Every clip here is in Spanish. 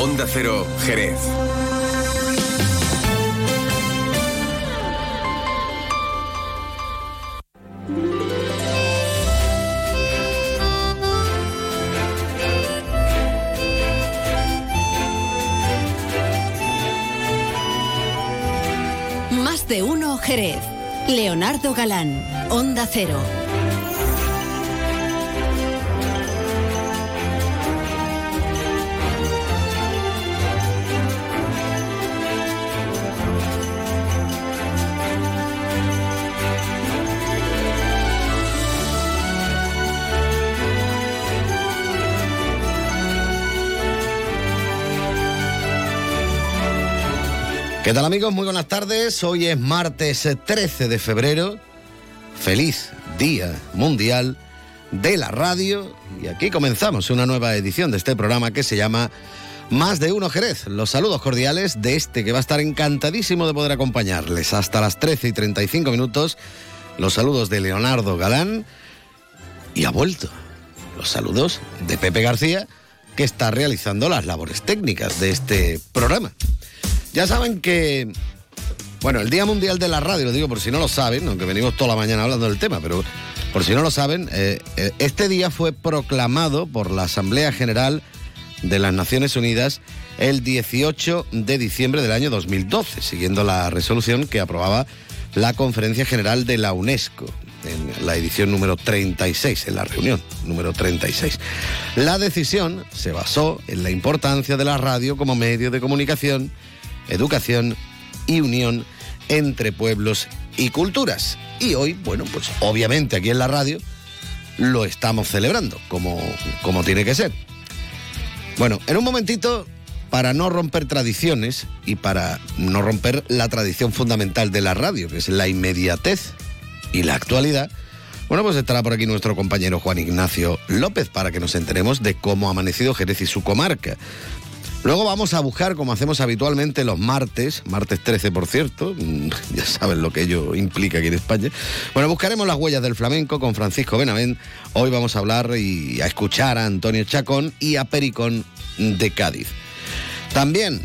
Onda Cero, Jerez. Más de uno, Jerez. Leonardo Galán, Onda Cero. ¿Qué tal, amigos? Muy buenas tardes. Hoy es martes 13 de febrero. Feliz Día Mundial de la Radio. Y aquí comenzamos una nueva edición de este programa que se llama Más de uno Jerez. Los saludos cordiales de este que va a estar encantadísimo de poder acompañarles hasta las 13:35. Los saludos de Leonardo Galán. Y ha vuelto los saludos de Pepe García, que está realizando las labores técnicas de este programa. Ya saben que, bueno, el Día Mundial de la Radio, lo digo por si no lo saben, aunque venimos toda la mañana hablando del tema, pero por si no lo saben, este día fue proclamado por la Asamblea General de las Naciones Unidas el 18 de diciembre del año 2012, siguiendo la resolución que aprobaba la Conferencia General de la UNESCO, en la edición número 36, en la reunión número 36. La decisión se basó en la importancia de la radio como medio de comunicación, educación y unión entre pueblos y culturas. Y hoy, bueno, pues obviamente aquí en la radio lo estamos celebrando, como tiene que ser. Bueno, en un momentito, para no romper tradiciones y para no romper la tradición fundamental de la radio, que es la inmediatez y la actualidad, bueno, pues estará por aquí nuestro compañero Juan Ignacio López para que nos enteremos de cómo ha amanecido Jerez y su comarca. Luego vamos a buscar, como hacemos habitualmente los martes 13 por cierto, ya saben lo que ello implica aquí en España. Bueno, buscaremos las huellas del flamenco con Francisco Benavent. Hoy vamos a hablar y a escuchar a Antonio Chacón y a Pericón de Cádiz. También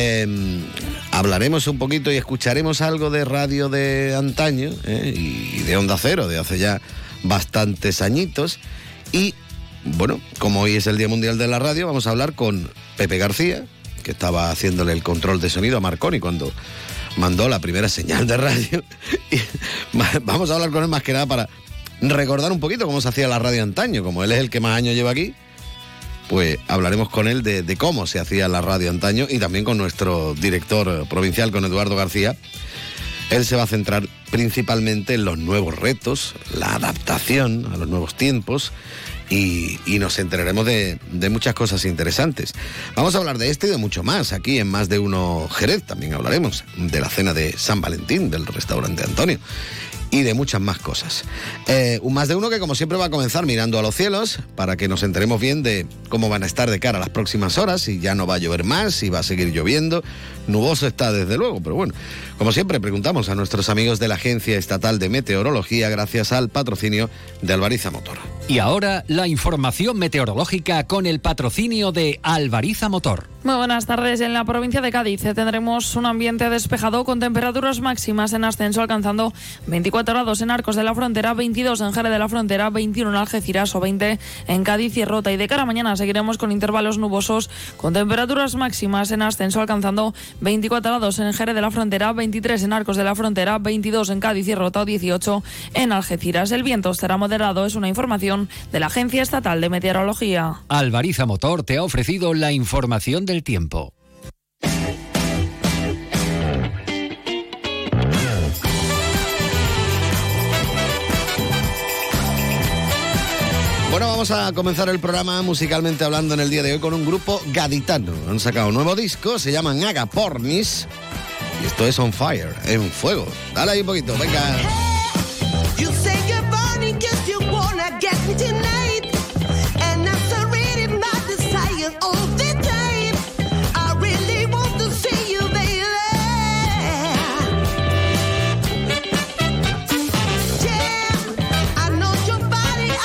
hablaremos un poquito y escucharemos algo de radio de antaño y de Onda Cero de hace ya bastantes añitos. Y bueno, como hoy es el Día Mundial de la Radio, vamos a hablar con Pepe García, que estaba haciéndole el control de sonido a Marconi cuando mandó la primera señal de radio. Y vamos a hablar con él más que nada para recordar un poquito cómo se hacía la radio antaño. Como él es el que más años lleva aquí, pues hablaremos con él de cómo se hacía la radio antaño y también con nuestro director provincial, con Eduardo García. Él se va a centrar principalmente en los nuevos retos, la adaptación a los nuevos tiempos y nos enteraremos de muchas cosas interesantes. Vamos a hablar de esto y de mucho más aquí en Más de Uno Jerez. También hablaremos de la cena de San Valentín del restaurante Antonio y de muchas más cosas. Un Más de Uno que, como siempre, va a comenzar mirando a los cielos para que nos enteremos bien de cómo van a estar de cara a las próximas horas, si ya no va a llover más, si va a seguir lloviendo. Nuboso está desde luego, pero bueno, como siempre preguntamos a nuestros amigos de la Agencia Estatal de Meteorología gracias al patrocinio de Alvariza Motor. Y ahora la información meteorológica con el patrocinio de Alvariza Motor. Muy buenas tardes. En la provincia de Cádiz tendremos un ambiente despejado con temperaturas máximas en ascenso alcanzando 24 grados en Arcos de la Frontera, 22 en Jerez de la Frontera, 21 en Algeciras o 20 en Cádiz y Rota. Y de cara a mañana seguiremos con intervalos nubosos con temperaturas máximas en ascenso alcanzando 24 grados en Jerez de la Frontera, 23 en Arcos de la Frontera, 22 en Cádiz y Rota o 18 en Algeciras. El viento estará moderado, es una información de la Agencia Estatal de Meteorología. Alvariza Motor te ha ofrecido la información del tiempo. Bueno, vamos a comenzar el programa musicalmente hablando en el día de hoy con un grupo gaditano. Han sacado un nuevo disco, se llaman Agapornis y esto es On Fire, en fuego. Dale ahí un poquito, venga.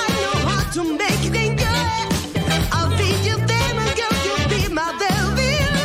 To make it good, I'll be your baby girl, you'll be my baby.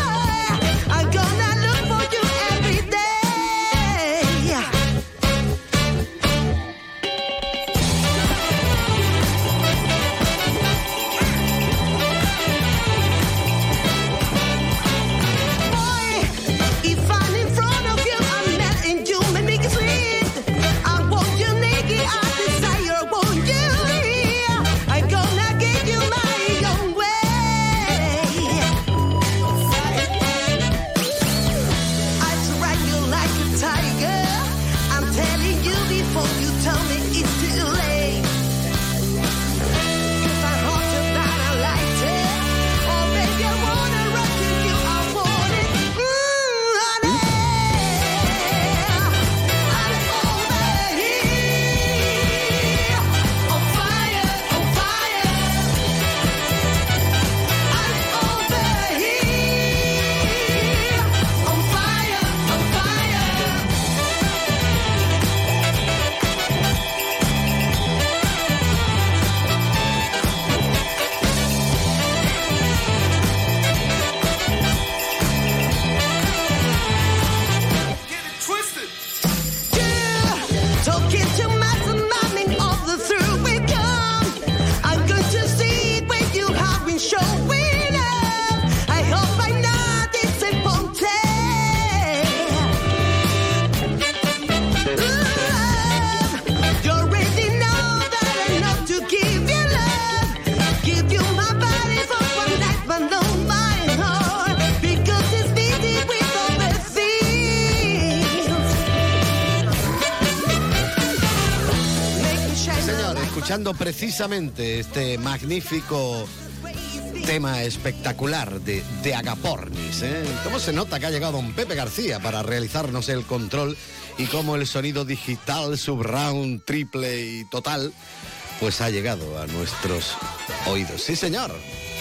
escuchando precisamente este magnífico tema espectacular de Agapornis, ¿eh? ¿Cómo se nota que ha llegado don Pepe García para realizarnos el control y cómo el sonido digital, surround, triple y total, pues ha llegado a nuestros oídos? Sí, señor.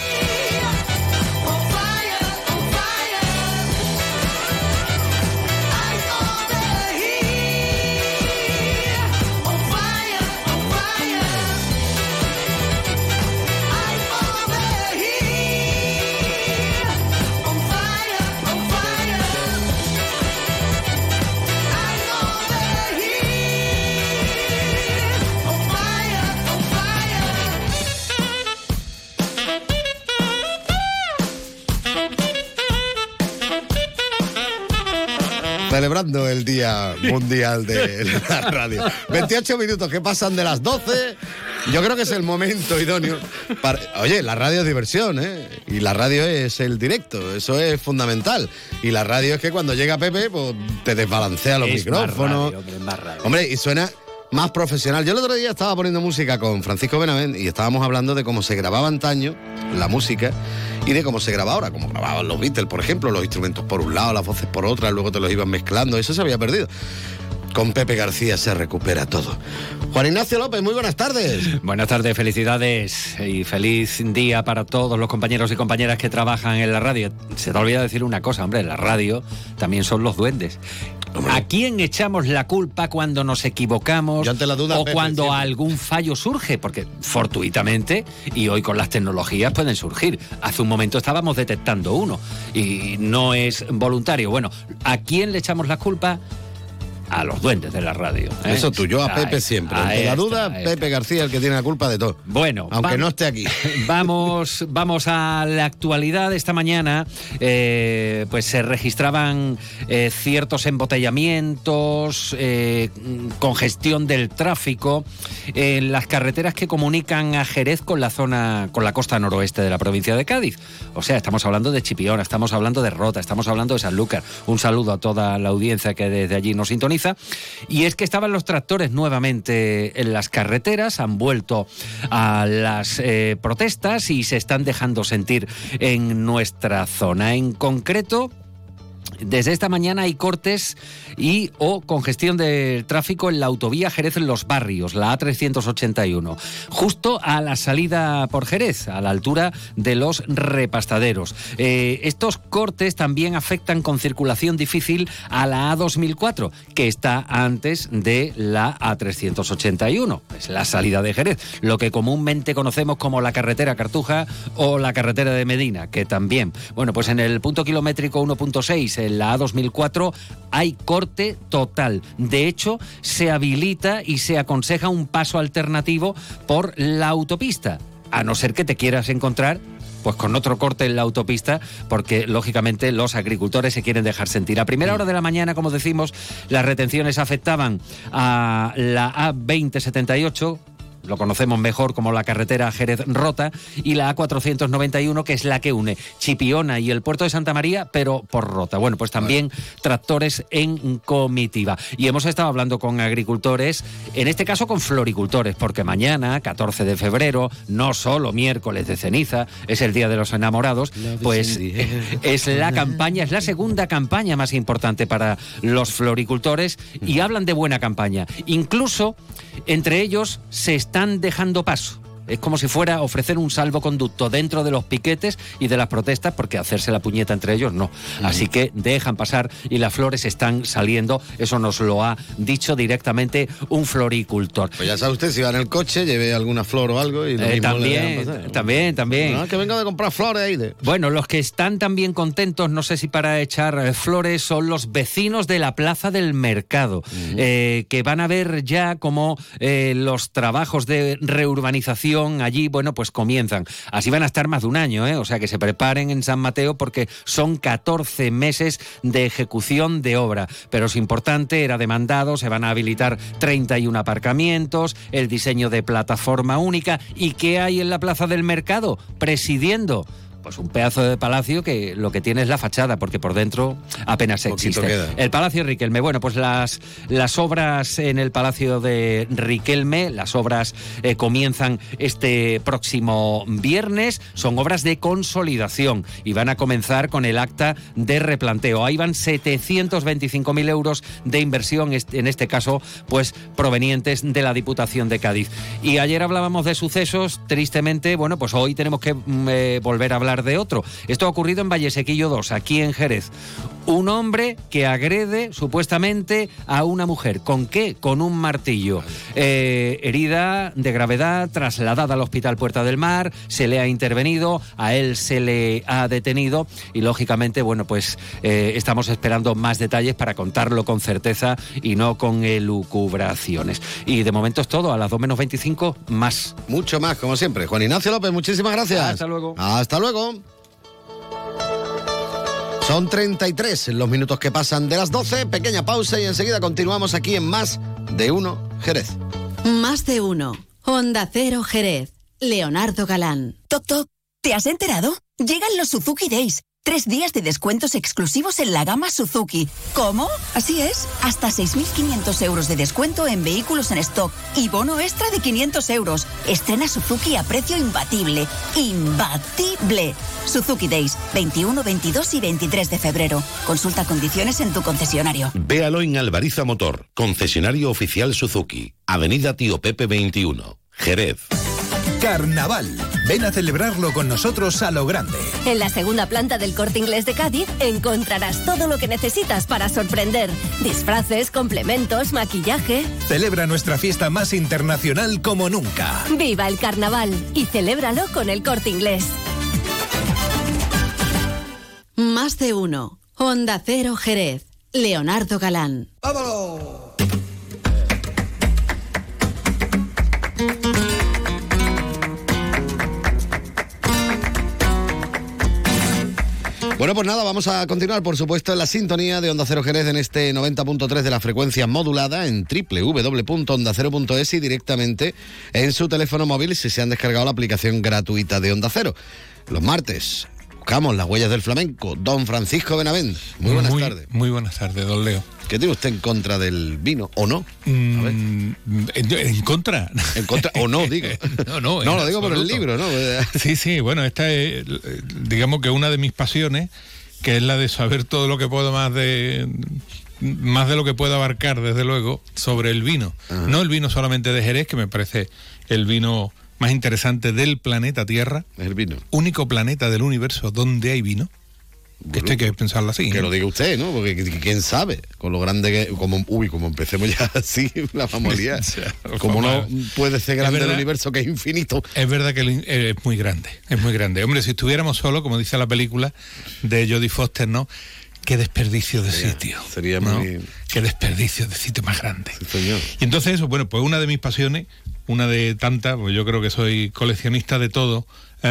Celebrando el Día Mundial de la Radio. 28 minutos que pasan de las 12. Yo creo que es el momento idóneo para... Oye, la radio es diversión, ¿eh? Y la radio es el directo, eso es fundamental. Y la radio es que cuando llega Pepe, pues te desbalancea los micrófonos. Más radio. Hombre, y suena más profesional. Yo el otro día estaba poniendo música con Francisco Benavent y estábamos hablando de cómo se grababa antaño la música y de cómo se graba ahora, como grababan los Beatles, por ejemplo, los instrumentos por un lado, las voces por otra, luego te los iban mezclando, eso se había perdido. Con Pepe García se recupera todo. Juan Ignacio López, muy buenas tardes. Buenas tardes, felicidades y feliz día para todos los compañeros y compañeras que trabajan en la radio. Se te olvida decir una cosa, hombre, la radio también son los duendes. Hombre. ¿A quién echamos la culpa cuando nos equivocamos? Yo ante la duda, o Pepe, cuando siempre algún fallo surge? Porque fortuitamente, y hoy con las tecnologías pueden surgir. Hace un momento estábamos detectando uno y no es voluntario. Bueno, ¿a quién le echamos la culpa? A los duendes de la radio, ¿eh? Eso tú, yo a Pepe siempre. Ante la duda, Pepe García es el que tiene la culpa de todo. Bueno, aunque no esté aquí. Vamos a la actualidad. Esta mañana pues se registraban ciertos embotellamientos, congestión del tráfico en las carreteras que comunican a Jerez con la costa noroeste de la provincia de Cádiz. O sea, estamos hablando de Chipiona, estamos hablando de Rota, estamos hablando de Sanlúcar. Un saludo a toda la audiencia que desde allí nos sintoniza. Y es que estaban los tractores nuevamente en las carreteras, han vuelto a las protestas y se están dejando sentir en nuestra zona. En concreto, desde esta mañana hay cortes y o congestión del tráfico en la autovía Jerez en Los Barrios, la A381, justo a la salida por Jerez, a la altura de los repastaderos. Estos cortes también afectan con circulación difícil a la A2004, que está antes de la A381, es la salida de Jerez, lo que comúnmente conocemos como la carretera Cartuja o la carretera de Medina, que también, bueno, pues en el punto kilométrico 1.6, en la A2004, hay corte total. De hecho, se habilita y se aconseja un paso alternativo por la autopista, a no ser que te quieras encontrar pues con otro corte en la autopista, porque lógicamente los agricultores se quieren dejar sentir. A primera hora de la mañana, como decimos, las retenciones afectaban a la A2078, lo conocemos mejor como la carretera Jerez-Rota, y la A491, que es la que une Chipiona y el puerto de Santa María, pero por Rota. Bueno, pues también tractores en comitiva. Y hemos estado hablando con agricultores, en este caso con floricultores, porque mañana, 14 de febrero, no solo miércoles de ceniza, es el Día de los Enamorados, pues es la campaña, es la segunda campaña más importante para los floricultores, y hablan de buena campaña. Incluso, entre ellos, se están dejando paso. Es como si fuera ofrecer un salvoconducto dentro de los piquetes y de las protestas, porque hacerse la puñeta entre ellos no. Así que dejan pasar y las flores están saliendo. Eso nos lo ha dicho directamente un floricultor. Pues ya sabe usted, si va en el coche, lleve alguna flor o algo y lo mismo también. No, que vengo de comprar flores ahí. Bueno, los que están también contentos, no sé si para echar flores, son los vecinos de la Plaza del Mercado, que van a ver ya cómo los trabajos de reurbanización allí, bueno, pues comienzan. Así van a estar más de un año, o sea que se preparen en San Mateo, porque son 14 meses de ejecución de obra. Pero es importante, era demandado, se van a habilitar 31 aparcamientos, el diseño de plataforma única. ¿Y qué hay en la Plaza del Mercado? Presidiendo pues un pedazo de palacio que lo que tiene es la fachada, porque por dentro apenas existe. Queda. El Palacio Riquelme. Bueno, pues las obras en el Palacio de Riquelme, las obras comienzan este próximo viernes, son obras de consolidación y van a comenzar con el acta de replanteo. Ahí van 725.000 euros de inversión, en este caso, pues provenientes de la Diputación de Cádiz. Y ayer hablábamos de sucesos, tristemente, bueno, pues hoy tenemos que volver a hablar de otro. Esto ha ocurrido en Vallesequillo 2, aquí en Jerez. Un hombre que agrede supuestamente a una mujer. ¿Con qué? Con un martillo. Herida de gravedad, trasladada al Hospital Puerta del Mar, se le ha intervenido, a él se le ha detenido y lógicamente, bueno, pues estamos esperando más detalles para contarlo con certeza y no con elucubraciones. Y de momento es todo, a las 2 menos 25, más. Mucho más, como siempre. Juan Ignacio López, muchísimas gracias. Hasta luego. Hasta luego. Son 33 los minutos que pasan de las 12, pequeña pausa y enseguida continuamos aquí en Más de Uno Jerez. Más de Uno, Onda Cero Jerez, Leonardo Galán. Toc, toc, ¿te has enterado? Llegan los Suzuki Days. 3 días de descuentos exclusivos en la gama Suzuki. ¿Cómo? Así es. Hasta 6.500 euros de descuento en vehículos en stock y bono extra de 500 euros. Estrena Suzuki a precio imbatible. ¡Imbatible! Suzuki Days, 21, 22 y 23 de febrero. Consulta condiciones en tu concesionario. Véalo en Alvariza Motor, concesionario oficial Suzuki. Avenida Tío Pepe 21, Jerez. Carnaval. Ven a celebrarlo con nosotros a lo grande. En la segunda planta del Corte Inglés de Cádiz encontrarás todo lo que necesitas para sorprender. Disfraces, complementos, maquillaje. Celebra nuestra fiesta más internacional como nunca. ¡Viva el carnaval! Y celébralo con el Corte Inglés. Más de Uno, Onda Cero Jerez, Leonardo Galán. ¡Vámonos! Bueno, pues nada, vamos a continuar, por supuesto, en la sintonía de Onda Cero Jerez en este 90.3 de la frecuencia modulada en www.ondacero.es y directamente en su teléfono móvil si se han descargado la aplicación gratuita de Onda Cero. Los martes buscamos las huellas del flamenco. Don Francisco Benavent, muy buenas tardes. Muy buenas tardes, don Leo. ¿Qué tiene usted en contra del vino o no? ¿En contra? ¿En contra o no, digo? No, lo digo por el libro, ¿no? Sí, bueno, esta es, digamos que una de mis pasiones, que es la de saber todo lo que puedo más de lo que puedo abarcar, desde luego, sobre el vino. Ajá. No el vino solamente de Jerez, que me parece el vino más interesante del planeta Tierra. Es el vino. Único planeta del universo donde hay vino. Bueno, esto hay que pensarlo así. Que lo diga usted, ¿no? Porque quién sabe, con lo grande que... Como empecemos ya así, la vamos a liar. Como no puede ser grande el universo, que es infinito. Es verdad que es muy grande. Hombre, si estuviéramos solos, como dice la película de Jodie Foster, ¿no? Qué desperdicio de sitio. Sería ¿no? muy... Qué desperdicio de sitio más grande. Sí, señor. Y entonces eso, bueno, pues una de mis pasiones, una de tantas, pues yo creo que soy coleccionista de todo.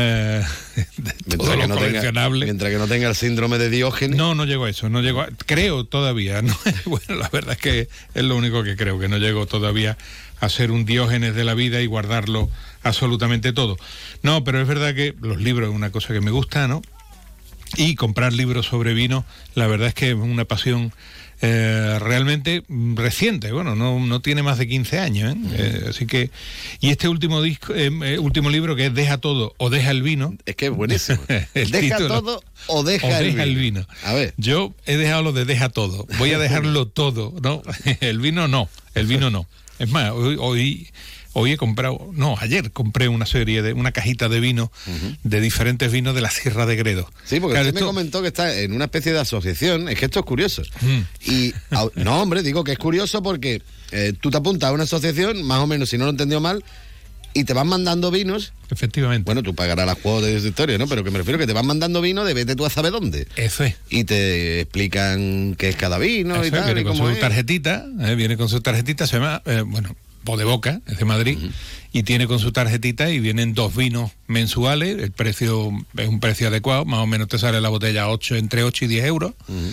Mientras que no tenga el síndrome de Diógenes. No llego a eso, creo todavía, ¿no? Bueno, la verdad es que es lo único que creo, que no llego todavía a ser un Diógenes de la vida y guardarlo absolutamente todo. No, pero es verdad que los libros es una cosa que me gusta, ¿no? Y comprar libros sobre vino, la verdad es que es una pasión realmente reciente, bueno, no tiene más de 15 años, así que, y este último libro, que es Deja todo o deja el vino, es que es buenísimo. Deja todo o deja el vino. A ver, yo he dejado lo de deja todo, voy a dejarlo todo, ¿no? El vino no. Es más, hoy he comprado, ayer compré una cajita de vino, de diferentes vinos de la Sierra de Gredos. Sí, porque claro, usted me comentó que está en una especie de asociación. Es que esto es curioso. Y no, hombre, digo que es curioso porque tú te apuntas a una asociación, más o menos, si no lo entendió mal, y te van mandando vinos. Efectivamente. Bueno, tú pagarás las cuotas de esa historia, ¿no? Pero que me refiero que te van mandando vino de vete tú a saber dónde. Eso es. Y te explican qué es cada vino. Eso y tal. Viene con su tarjetita, se llama, Bodeboca, es de Madrid, y tiene con su tarjetita y vienen 2 vinos mensuales, el precio es un precio adecuado, más o menos te sale la botella entre 8 y 10 euros,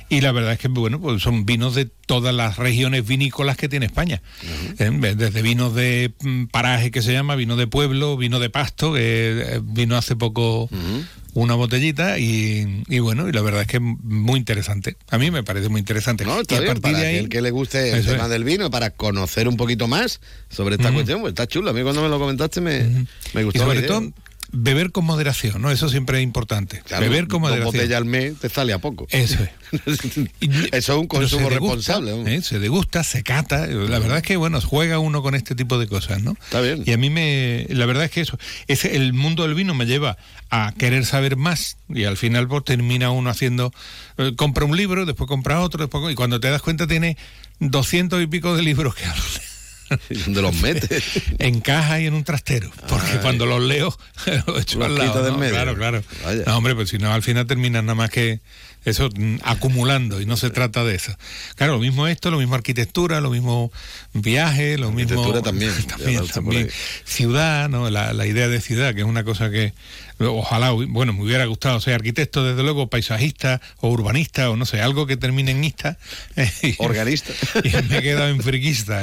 Y la verdad es que, bueno, pues son vinos de todas las regiones vinícolas que tiene España. Desde vinos de paraje, que se llama, vino de pueblo, vino de pasto, que vino hace poco una botellita, y bueno, y la verdad es que es muy interesante. A mí me parece muy interesante. No, está y a bien, partir para de ahí, aquel que le guste el tema del vino, para conocer un poquito más sobre esta cuestión, pues está chulo. A mí cuando me lo comentaste me gustó. Y sobre todo, beber con moderación, ¿no? Eso siempre es importante. Claro, beber con moderación. 2 botellas al mes te sale a poco. Eso es. Eso es un consumo responsable, ¿no? Se degusta, se cata. La verdad es que, bueno, juega uno con este tipo de cosas, ¿no? Está bien. Y a mí la verdad es que el mundo del vino me lleva a querer saber más, y al final pues termina uno haciendo, compra un libro, después compra otro, y cuando te das cuenta tiene 200 y pico de libros que hablan. ¿Y dónde los metes? En caja y en un trastero, porque cuando los leo los echo al lado, del ¿no? medio. Claro. Vaya. No, hombre, pues si no, al final terminan nada más que eso acumulando, y no se trata de eso. Claro, lo mismo esto, lo mismo arquitectura, lo mismo viaje, lo mismo... Arquitectura también. Ciudad, ¿no? La idea de ciudad, que es una cosa que ojalá, bueno, me hubiera gustado ser arquitecto, desde luego, paisajista o urbanista, o no sé, algo que termine en ista. Organista. Y me he quedado en friquista.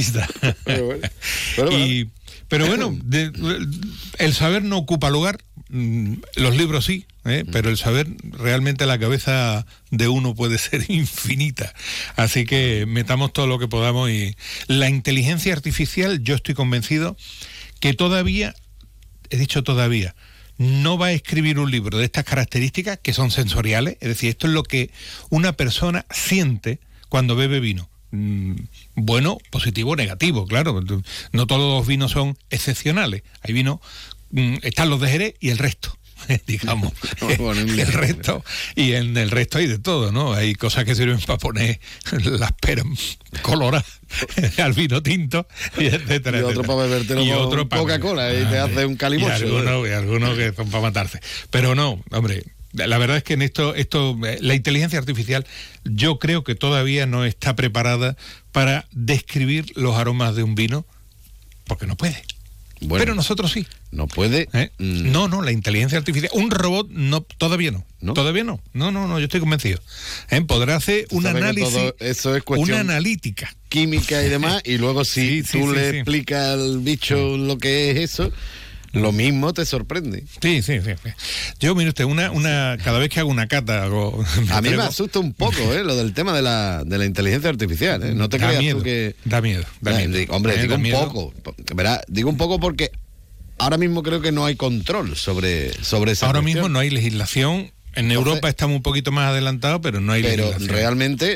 Pero bueno, el saber no ocupa lugar, los libros sí, pero el saber, realmente la cabeza de uno puede ser infinita. Así que metamos todo lo que podamos. Y la inteligencia artificial, yo estoy convencido que todavía, he dicho todavía, no va a escribir un libro de estas características, que son sensoriales, es decir, esto es lo que una persona siente cuando bebe vino. Bueno, positivo o negativo, claro. No todos los vinos son excepcionales. Hay vinos, están los de Jerez y el resto, digamos. El resto, y en el resto hay de todo, ¿no? Hay cosas que sirven para poner las peras coloradas al vino tinto, y etcétera. Y otro para bebértelo con Coca-Cola y te hace un calimocho. Y algunos que son para matarse. Pero no, hombre, la verdad es que en esto la inteligencia artificial, yo creo que todavía no está preparada para describir los aromas de un vino, porque no puede. Bueno, pero nosotros sí. ¿No puede? No, la inteligencia artificial, un robot todavía no. Todavía no, yo estoy convencido. Podrá hacer un análisis, eso es cuestión, una analítica química y demás, y luego si tú le explicas al bicho lo que es eso, lo mismo te sorprende. Sí. Yo, mire usted, cada vez que hago una cata... A mí me asusta un poco, lo del tema de la inteligencia artificial, No te creas tú que... Da miedo. Hombre, digo un poco. Verá, digo un poco porque ahora mismo creo que no hay control sobre esa Ahora cuestión. Mismo no hay legislación. En Europa estamos un poquito más adelantados, pero no hay legislación. Pero realmente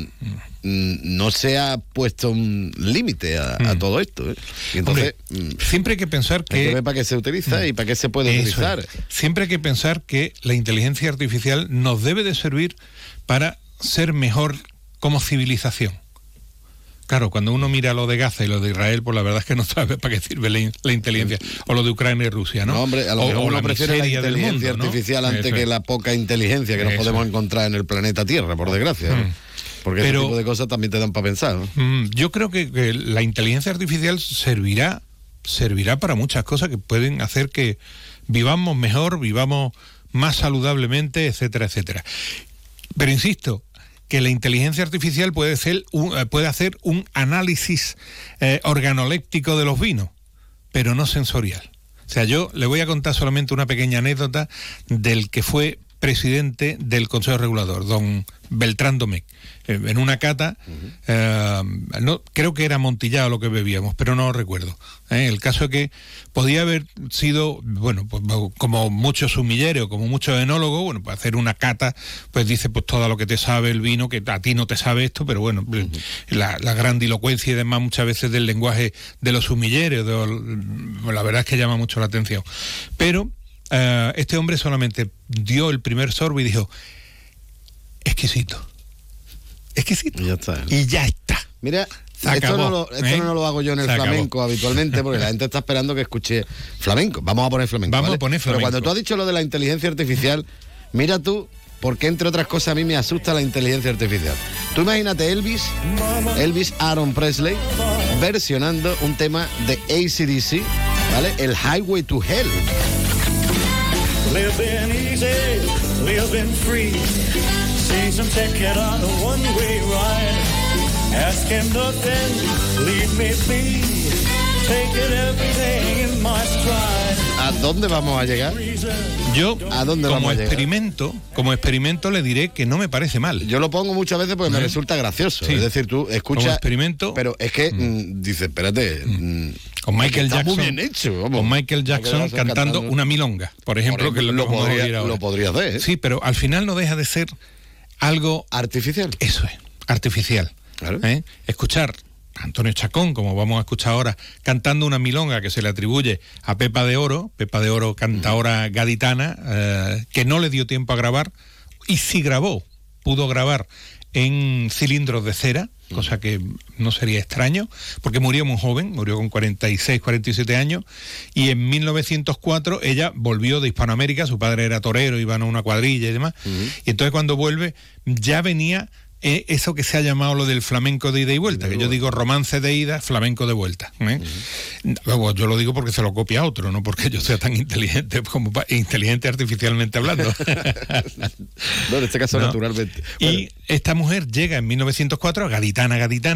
no se ha puesto un límite a todo esto. Y entonces, siempre hay que pensar hay que ver para qué se utiliza y para qué se puede utilizar. Siempre hay que pensar que la inteligencia artificial nos debe de servir para ser mejor como civilización. Claro, cuando uno mira lo de Gaza y lo de Israel, pues la verdad es que no sabe para qué sirve la inteligencia, o lo de Ucraina y Rusia, ¿no? No, hombre, a lo mejor uno prefiere la inteligencia artificial, ¿no? Antes que la poca inteligencia que nos podemos encontrar en el planeta Tierra, por desgracia, ¿no? Porque ese tipo de cosas también te dan para pensar, ¿no? Yo creo que la inteligencia artificial servirá para muchas cosas que pueden hacer que vivamos mejor, vivamos más saludablemente, etcétera, etcétera. Pero insisto, que la inteligencia artificial puede hacer un análisis organoléptico de los vinos, pero no sensorial. O sea, yo le voy a contar solamente una pequeña anécdota del que fue presidente del Consejo Regulador, don Beltrán Domecq. En una cata, creo que era Montillado lo que bebíamos, pero no recuerdo. El caso es que podía haber sido, bueno, pues, como muchos sumilleros, como muchos enólogos, bueno, pues hacer una cata, pues dice pues todo lo que te sabe el vino, que a ti no te sabe esto, pero bueno, la grandilocuencia y demás muchas veces del lenguaje de los sumilleros, la verdad es que llama mucho la atención. Pero este hombre solamente dio el primer sorbo y dijo: exquisito. Y ya está. Mira, esto no lo hago yo en el flamenco habitualmente, porque la gente está esperando que escuche flamenco. Vamos a poner flamenco. Pero cuando tú has dicho lo de la inteligencia artificial, mira tú, porque entre otras cosas a mí me asusta la inteligencia artificial. Tú imagínate Elvis Aaron Presley, versionando un tema de AC/DC, ¿vale? El Highway to Hell. Living easy, living free. Season ticket on a one-way ride. Ask him nothing, leave me be. Take it everything in my stride. ¿A dónde vamos a llegar? Yo, ¿A dónde vamos a llegar? Como experimento le diré que no me parece mal. Yo lo pongo muchas veces porque me resulta gracioso. Sí. Es decir, tú escuchas... Como experimento... Pero es que, dices, espérate... con Michael está Jackson, muy bien hecho. Vamos. Con Michael Jackson cantando una milonga, por ejemplo, que lo vamos a oír ahora. Lo podría hacer, ¿eh? Sí, pero al final no deja de ser algo... artificial. Eso es, artificial. Claro. Escuchar a Antonio Chacón, como vamos a escuchar ahora, cantando una milonga que se le atribuye a Pepa de Oro, cantadora gaditana, que no le dio tiempo a grabar, y sí grabó, pudo grabar en cilindros de cera, cosa que no sería extraño, porque murió muy joven, murió con 46, 47 años, y en 1904 ella volvió de Hispanoamérica, su padre era torero, iban a una cuadrilla y demás, y entonces cuando vuelve ya venía eso que se ha llamado lo del flamenco de ida y vuelta, que yo digo romance de ida, flamenco de vuelta. Luego yo lo digo porque se lo copia otro, no porque yo sea tan inteligente como inteligente artificialmente hablando. No, en este caso no, naturalmente. Y esta mujer llega en 1904, gaditana,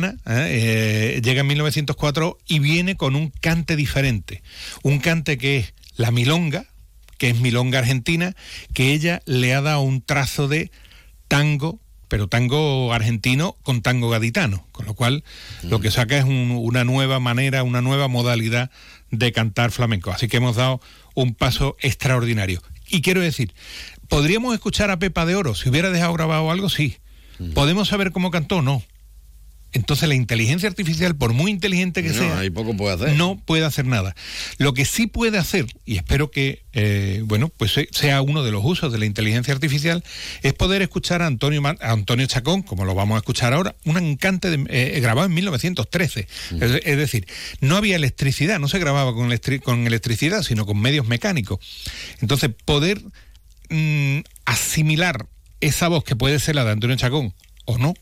llega en 1904 y viene con un cante diferente, un cante que es la milonga, que es milonga argentina, que ella le ha dado un trazo de tango, pero tango argentino con tango gaditano, con lo cual lo que saca es una nueva manera, una nueva modalidad de cantar flamenco. Así que hemos dado un paso extraordinario. Y quiero decir, ¿podríamos escuchar a Pepa de Oro? Si hubiera dejado grabado algo, sí. ¿Podemos saber cómo cantó? No. Entonces la inteligencia artificial, por muy inteligente que sea, ahí poco puede hacer. No puede hacer nada. Lo que sí puede hacer, y espero que pues sea uno de los usos de la inteligencia artificial, es poder escuchar a Antonio Chacón, como lo vamos a escuchar ahora, un cante grabado en 1913. Es decir, no había electricidad, no se grababa con electricidad, sino con medios mecánicos. Entonces, poder asimilar esa voz que puede ser la de Antonio Chacón o no.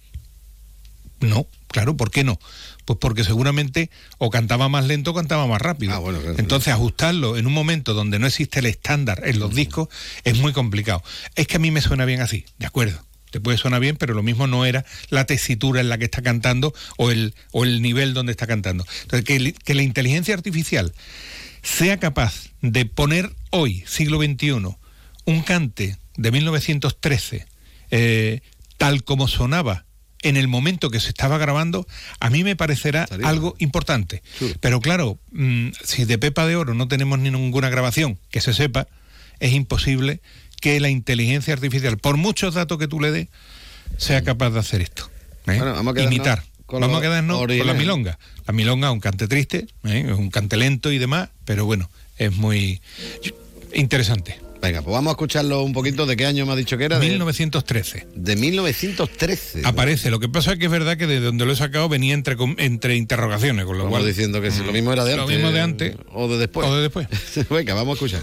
No, claro, ¿por qué no? Pues porque seguramente o cantaba más lento o cantaba más rápido. Bueno, claro. Entonces ajustarlo en un momento donde no existe el estándar en los discos es muy complicado. Es que a mí me suena bien así, de acuerdo. Te puede sonar bien, pero lo mismo no era la tesitura en la que está cantando o el nivel donde está cantando. Entonces, que la inteligencia artificial sea capaz de poner hoy, siglo XXI, un cante de 1913, tal como sonaba en el momento que se estaba grabando, a mí me parecerá algo importante. Sí. Pero claro, si de Pepa de Oro no tenemos ninguna grabación que se sepa, es imposible que la inteligencia artificial, por muchos datos que tú le des, sea capaz de hacer esto. Bueno, vamos a imitar. Vamos a quedarnos con la milonga. La milonga es un cante triste, es un cante lento y demás, pero bueno, es muy interesante. Venga, pues vamos a escucharlo un poquito. ¿De qué año me ha dicho que era? 1913. De 1913. Aparece. Lo que pasa es que es verdad que de donde lo he sacado venía entre interrogaciones, con lo cual... diciendo que si lo mismo era de antes. Lo mismo de antes. O de después. O de después. Venga, vamos a escuchar.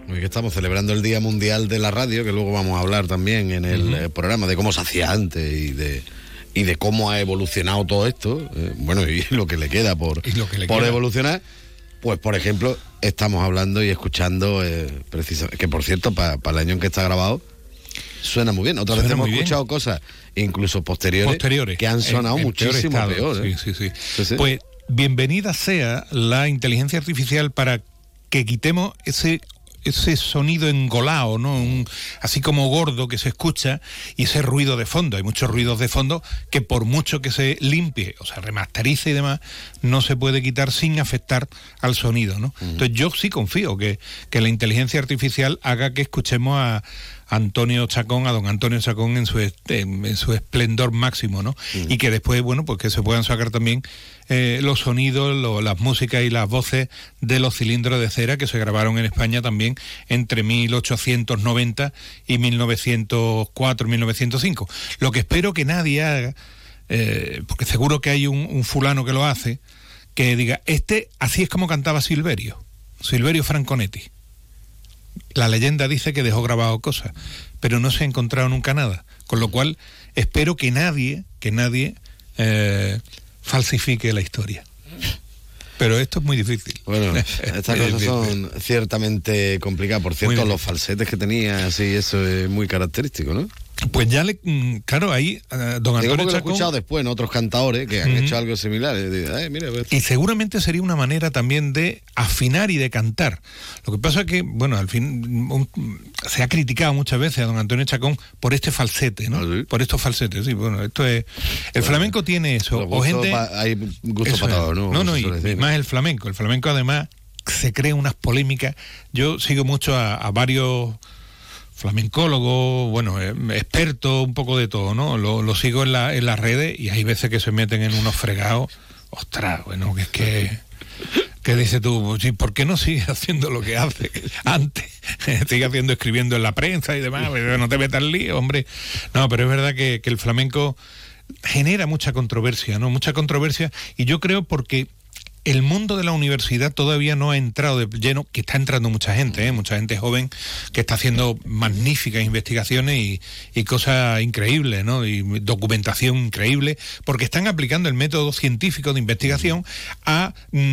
Hoy que estamos celebrando el Día Mundial de la Radio, que luego vamos a hablar también en el programa de cómo se hacía antes y de cómo ha evolucionado todo esto, bueno, y lo que le queda por evolucionar. Pues, por ejemplo, estamos hablando y escuchando, precisamente, que por cierto, para el año en que está grabado, suena muy bien. Otras veces hemos escuchado cosas, incluso posteriores que han sonado muchísimo peor. Sí. Pues bienvenida sea la inteligencia artificial para que quitemos ese sonido engolado, ¿no? Así como gordo que se escucha, y ese ruido de fondo. Hay muchos ruidos de fondo que por mucho que se limpie, o sea, remasterice y demás, no se puede quitar sin afectar al sonido, ¿no? Entonces yo sí confío que la inteligencia artificial haga que escuchemos a Antonio Chacón, a don Antonio Chacón en su esplendor máximo, ¿no? Y que después, bueno, pues que se puedan sacar también los sonidos, las músicas y las voces de los Cilindros de Cera, que se grabaron en España también entre 1890 y 1904, 1905. Lo que espero que nadie haga, porque seguro que hay un fulano que lo hace, que diga, así es como cantaba Silverio Franconetti. La leyenda dice que dejó grabado cosas, pero no se ha encontrado nunca nada. Con lo cual, espero que nadie falsifique la historia. Pero esto es muy difícil. Bueno, estas cosas son ciertamente complicadas. Por cierto, los falsetes que tenía, así, eso es muy característico, ¿no? Pues ya claro, ahí don Antonio Chacón, lo he escuchado después en otros cantadores que han hecho algo similar. Mira, pues. Y seguramente sería una manera también de afinar y de cantar. Lo que pasa es que, bueno, al fin se ha criticado muchas veces a don Antonio Chacón por este falsete, ¿no? ¿Sí? Por estos falsetes, sí. Bueno, esto es... El flamenco tiene eso. O gente... Hay gusto para todo, ¿no? No, y más el flamenco. El flamenco además se crea unas polémicas. Yo sigo mucho a varios flamencólogo, bueno, experto, un poco de todo, ¿no? Lo sigo en las redes y hay veces que se meten en unos fregados. Ostras, bueno, que es que dices tú, sí, ¿por qué no sigue haciendo lo que hace antes? Sigue escribiendo en la prensa y demás, no te metas en lío, hombre. No, pero es verdad que el flamenco genera mucha controversia, ¿no? Mucha controversia, y yo creo porque el mundo de la universidad todavía no ha entrado de lleno, que está entrando mucha gente joven que está haciendo magníficas investigaciones y cosas increíbles, ¿no? Y documentación increíble, porque están aplicando el método científico de investigación a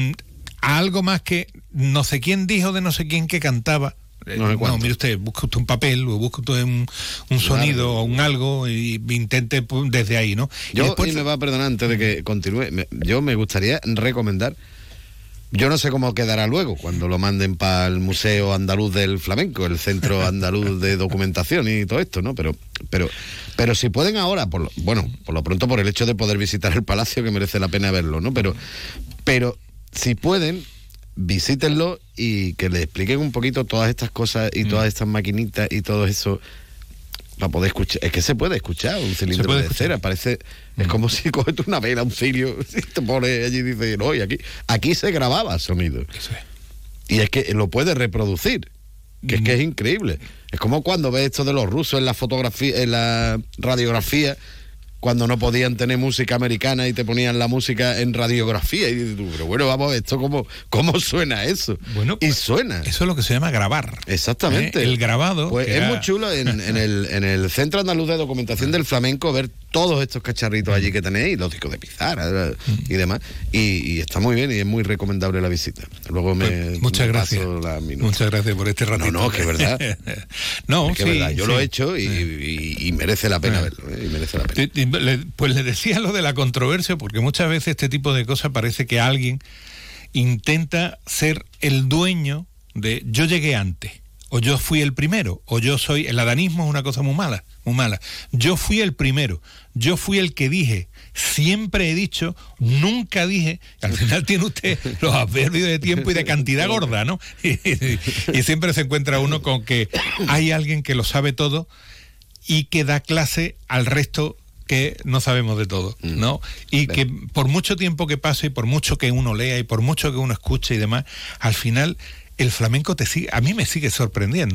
algo más que no sé quién dijo de no sé quién que cantaba. No, mire usted, busca usted un papel o busca usted un sonido o un algo y intente desde ahí, ¿no? Y me va a perdonar antes de que continúe, yo me gustaría recomendar, yo no sé cómo quedará luego cuando lo manden para el Museo Andaluz del Flamenco, el Centro Andaluz de Documentación y todo esto, ¿no? Pero si pueden ahora, por lo pronto por el hecho de poder visitar el Palacio, que merece la pena verlo, ¿no? Pero si pueden, visítenlo y que le expliquen un poquito todas estas cosas y todas estas maquinitas y todo eso para poder escuchar. Es que se puede escuchar un cilindro de cera, parece, es como si coges una vela, un cirio, y te pones allí y dices, no, y aquí se grababa sonido. Eso es. Y es que lo puede reproducir, que es que es increíble. Es como cuando ves esto de los rusos en la fotografía, en la radiografía, cuando no podían tener música americana y te ponían la música en radiografía y dices tú, pero bueno, vamos, esto cómo suena eso. Bueno, y suena. Eso es lo que se llama grabar. Exactamente. El grabado. Pues es muy chulo en el Centro Andaluz de Documentación del Flamenco ver todos estos cacharritos allí que tenéis, los discos de pizarra y demás. Y está muy bien y es muy recomendable la visita. Luego muchas gracias. Muchas gracias por este ratito. No, que es verdad. Es verdad. Yo lo he hecho y merece la pena verlo. Y merece la pena. Pues le decía lo de la controversia, porque muchas veces este tipo de cosas parece que alguien intenta ser el dueño de yo llegué antes, o yo fui el primero, o yo soy... El adanismo es una cosa muy mala. Yo fui el primero, yo fui el que dije, siempre he dicho, nunca dije. Al final tiene usted los adverbios de tiempo y de cantidad gorda, ¿no? Y siempre se encuentra uno con que hay alguien que lo sabe todo y que da clase al resto que no sabemos de todo, ¿no? Y que por mucho tiempo que pase, y por mucho que uno lea y por mucho que uno escuche y demás, al final el flamenco a mí me sigue sorprendiendo, ¿eh?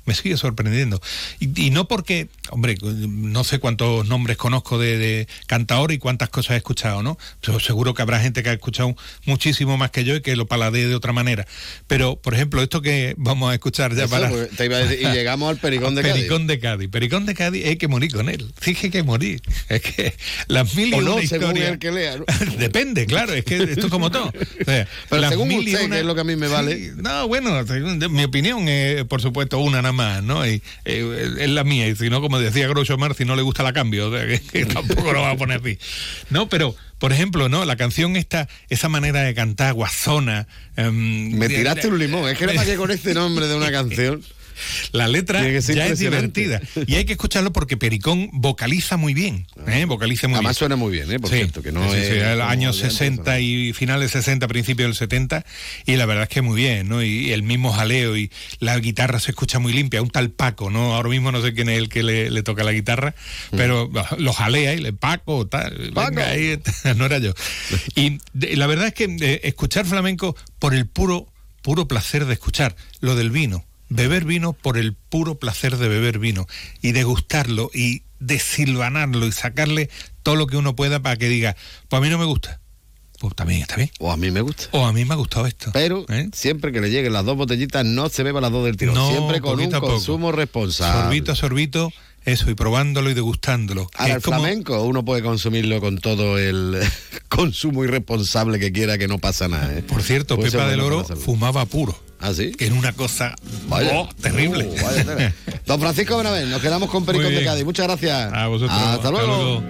me sigue sorprendiendo. Y no porque, hombre, no sé cuántos nombres conozco de cantaor y cuántas cosas he escuchado, ¿no? Pero seguro que habrá gente que ha escuchado muchísimo más que yo y que lo paladee de otra manera. Pero, por ejemplo, esto que vamos a escuchar ya te iba a decir, y llegamos al Pericón de Cádiz. Pericón de Cádiz, hay que morir con él. Sí, que hay que morir. Es que las mil y o no, una según historias... el que lea, ¿no? Depende, claro, es que esto es como todo. O sea, pero según usted, que es lo que a mí me vale. Sí, no, bueno, mi opinión es, por supuesto, una nada más, ¿no? Y es la mía, y si no, como decía Groucho Marx, si no le gusta la cambio, o sea, que tampoco lo va a poner así. No, pero, por ejemplo, ¿no? La canción esa manera de cantar, guasona... me tiraste un limón, es que nada más que con este nombre de una canción... La letra ya es divertida y hay que escucharlo porque Pericón vocaliza muy bien, vocaliza muy Además bien. Suena muy bien, por cierto, que no es el años 60 y finales 60, principios del 70, y la verdad es que muy bien, ¿no? Y el mismo jaleo y la guitarra se escucha muy limpia, un tal Paco, ¿no? Ahora mismo no sé quién es el que le toca la guitarra, pero lo jalea y le Paco, tal, venga, ahí, no era yo. Y la verdad es que escuchar flamenco por el puro placer de escuchar, lo del vino. Beber vino por el puro placer de beber vino y degustarlo y desilvanarlo y sacarle todo lo que uno pueda para que diga, pues a mí no me gusta, pues también está bien. O a mí me gusta. O a mí me ha gustado esto. Pero siempre que le lleguen las 2 botellitas no se beba las 2 del tirón, no, siempre con un consumo responsable. Sorbito a sorbito, eso, y probándolo y degustándolo. Ahora, el flamenco uno puede consumirlo con todo el consumo irresponsable que quiera, que no pasa nada. Por cierto, pues Pepa del Oro fumaba puro. ¿Ah, sí? Que era una cosa terrible. Vaya. Don Francisco Benavent, nos quedamos con Pericón de Cádiz. Muchas gracias. A vosotros. Hasta luego.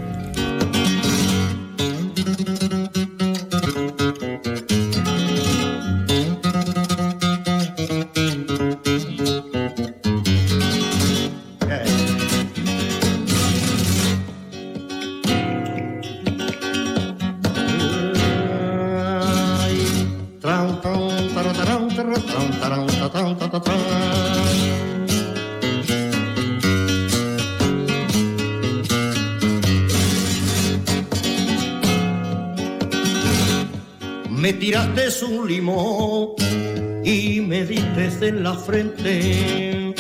Me tiraste un limón y me diste en la frente,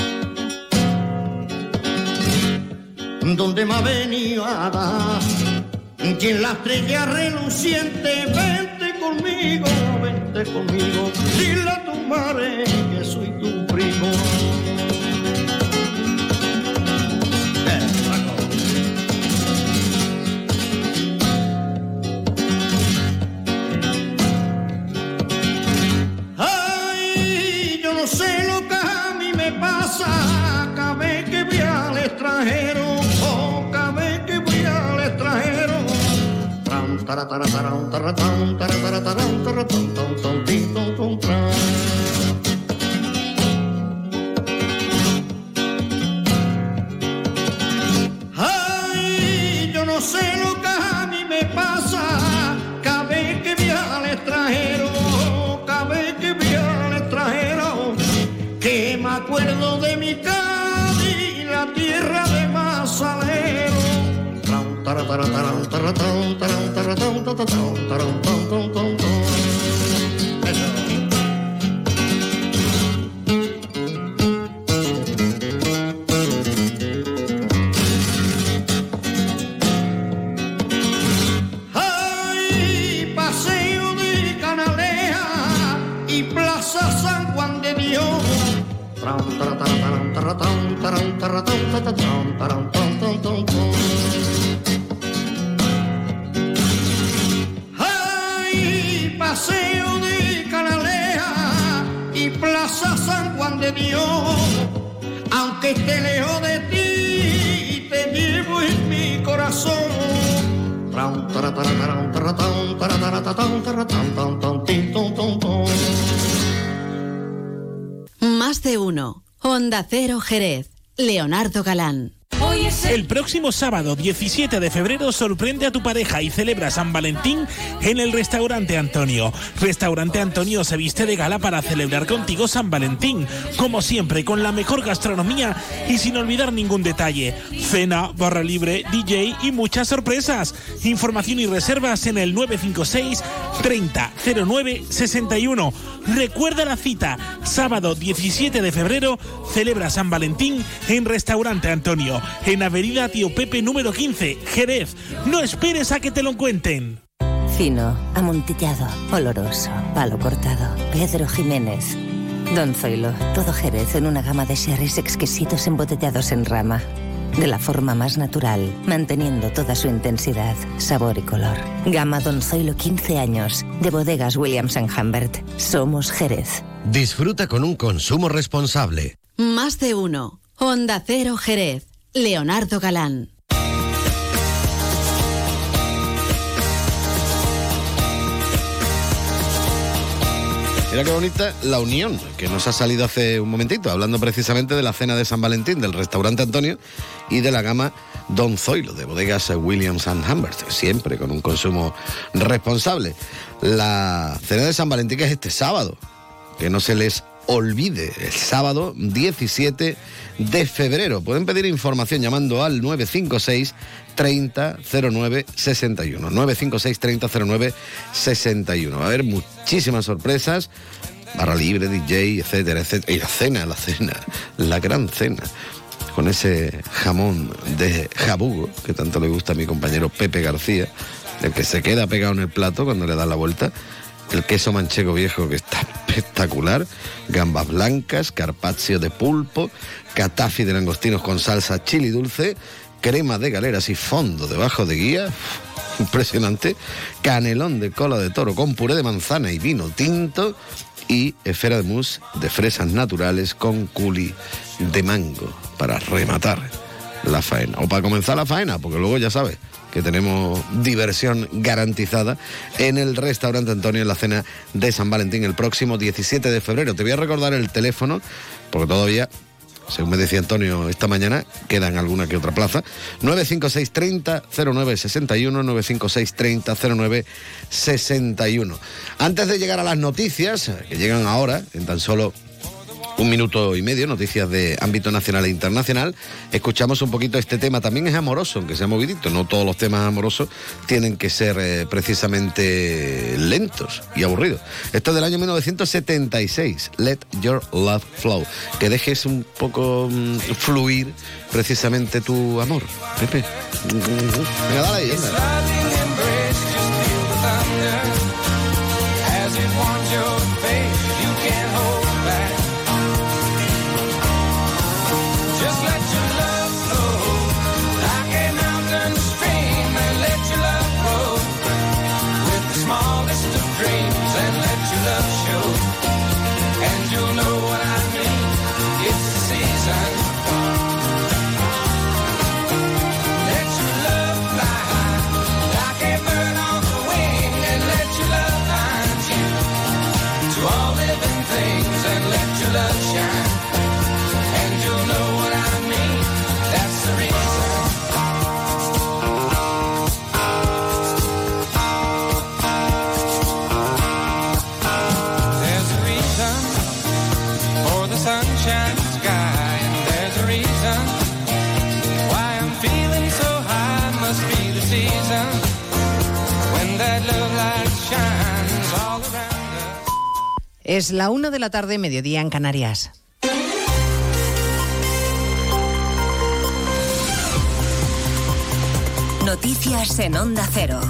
donde me ha venido a dar, y en la estrella reluciente, vente conmigo, dile a tu madre que soy tu primo. Sé lo que a mí me pasa cada vez que voy al extranjero, cada vez que voy al extranjero. Ay, yo no sé lo que a mí me pasa cada vez que voy al extranjero, cada vez que voy al extranjero. Que me acuerdo de mi Cádiz, la tierra de Mazalero. Ay, paseo de Canaleja y Plaza San Juan de Dios. Ay, paseo de Canaleja y Plaza San Juan de Dios. Aunque esté lejos de ti, te llevo en mi corazón. Más de uno. Onda Cero Jerez. Leonardo Galán. El próximo sábado 17 de febrero sorprende a tu pareja y celebra San Valentín en el Restaurante Antonio. Restaurante Antonio se viste de gala para celebrar contigo San Valentín, como siempre con la mejor gastronomía y sin olvidar ningún detalle. Cena, barra libre, DJ y muchas sorpresas. Información y reservas en el 956 30 09 61. Recuerda la cita, sábado 17 de febrero, celebra San Valentín en Restaurante Antonio, en Avenida Tío Pepe número 15, Jerez. No esperes a que te lo cuenten. Fino, amontillado, oloroso, palo cortado, Pedro Jiménez. Don Zoilo, todo Jerez en una gama de sherries exquisitos embotellados en rama. De la forma más natural, manteniendo toda su intensidad, sabor y color. Gama Don Zoilo 15 años, de Bodegas Williams & Humbert. Somos Jerez. Disfruta con un consumo responsable. Más de uno. Onda Cero Jerez. Leonardo Galán. Mira qué bonita la unión que nos ha salido hace un momentito, hablando precisamente de la cena de San Valentín del Restaurante Antonio y de la gama Don Zoilo de Bodegas Williams & Humbert, siempre con un consumo responsable. La cena de San Valentín es este sábado, que no se les olvide, el sábado 17 de febrero. Pueden pedir información llamando al 956 30 09 61. 956 30 09 61. Va a haber muchísimas sorpresas, barra libre, DJ, etcétera, etcétera. Y la cena, la gran cena, con ese jamón de jabugo que tanto le gusta a mi compañero Pepe García, el que se queda pegado en el plato cuando le dan la vuelta. El queso manchego viejo, que está espectacular, gambas blancas, carpaccio de pulpo, catafi de langostinos con salsa chili dulce, crema de galeras y fondo debajo de guía, impresionante, canelón de cola de toro con puré de manzana y vino tinto, y esfera de mousse de fresas naturales con culi de mango, para rematar la faena, o para comenzar la faena, porque luego ya sabes que tenemos diversión garantizada en el Restaurante Antonio en la cena de San Valentín el próximo 17 de febrero. Te voy a recordar el teléfono, porque todavía, según me decía Antonio esta mañana, quedan alguna que otra plaza. 956 30 09 61, 956 30 09 61. Antes de llegar a las noticias, que llegan ahora, en tan solo un minuto y medio, noticias de ámbito nacional e internacional, escuchamos un poquito este tema. También es amoroso, aunque sea movidito. No todos los temas amorosos tienen que ser precisamente lentos y aburridos. Esto es del año 1976, Let Your Love Flow. Que dejes un poco fluir precisamente tu amor. Pepe, venga, dale ahí, anda. Es la 1 de la tarde, mediodía en Canarias. Noticias en Onda Cero.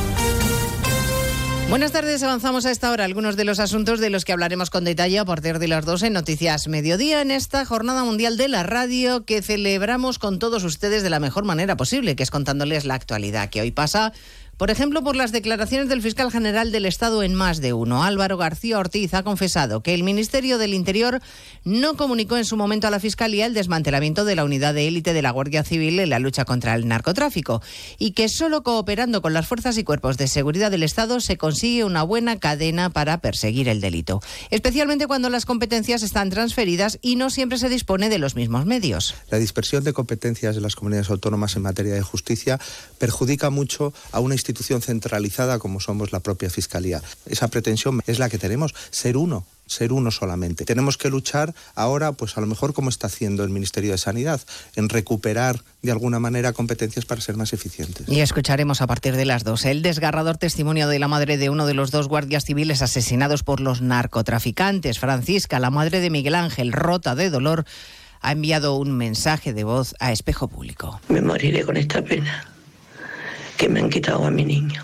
Buenas tardes, avanzamos a esta hora algunos de los asuntos de los que hablaremos con detalle a partir de las 2 en Noticias Mediodía, en esta Jornada Mundial de la Radio que celebramos con todos ustedes de la mejor manera posible, que es contándoles la actualidad que hoy pasa. Por ejemplo, por las declaraciones del fiscal general del Estado en Más de Uno. Álvaro García Ortiz ha confesado que el Ministerio del Interior no comunicó en su momento a la Fiscalía el desmantelamiento de la unidad de élite de la Guardia Civil en la lucha contra el narcotráfico y que solo cooperando con las fuerzas y cuerpos de seguridad del Estado se consigue una buena cadena para perseguir el delito, especialmente cuando las competencias están transferidas y no siempre se dispone de los mismos medios. La dispersión de competencias de las comunidades autónomas en materia de justicia perjudica mucho a una institución institución centralizada como somos la propia Fiscalía. Esa pretensión es la que tenemos, ser uno solamente. Tenemos que luchar ahora, pues a lo mejor como está haciendo el Ministerio de Sanidad, en recuperar de alguna manera competencias para ser más eficientes. Y escucharemos a partir de las 2 el desgarrador testimonio de la madre de uno de los 2 guardias civiles asesinados por los narcotraficantes. Francisca, la madre de Miguel Ángel, rota de dolor, ha enviado un mensaje de voz a Espejo Público. Me moriré con esta pena que me han quitado a mi niño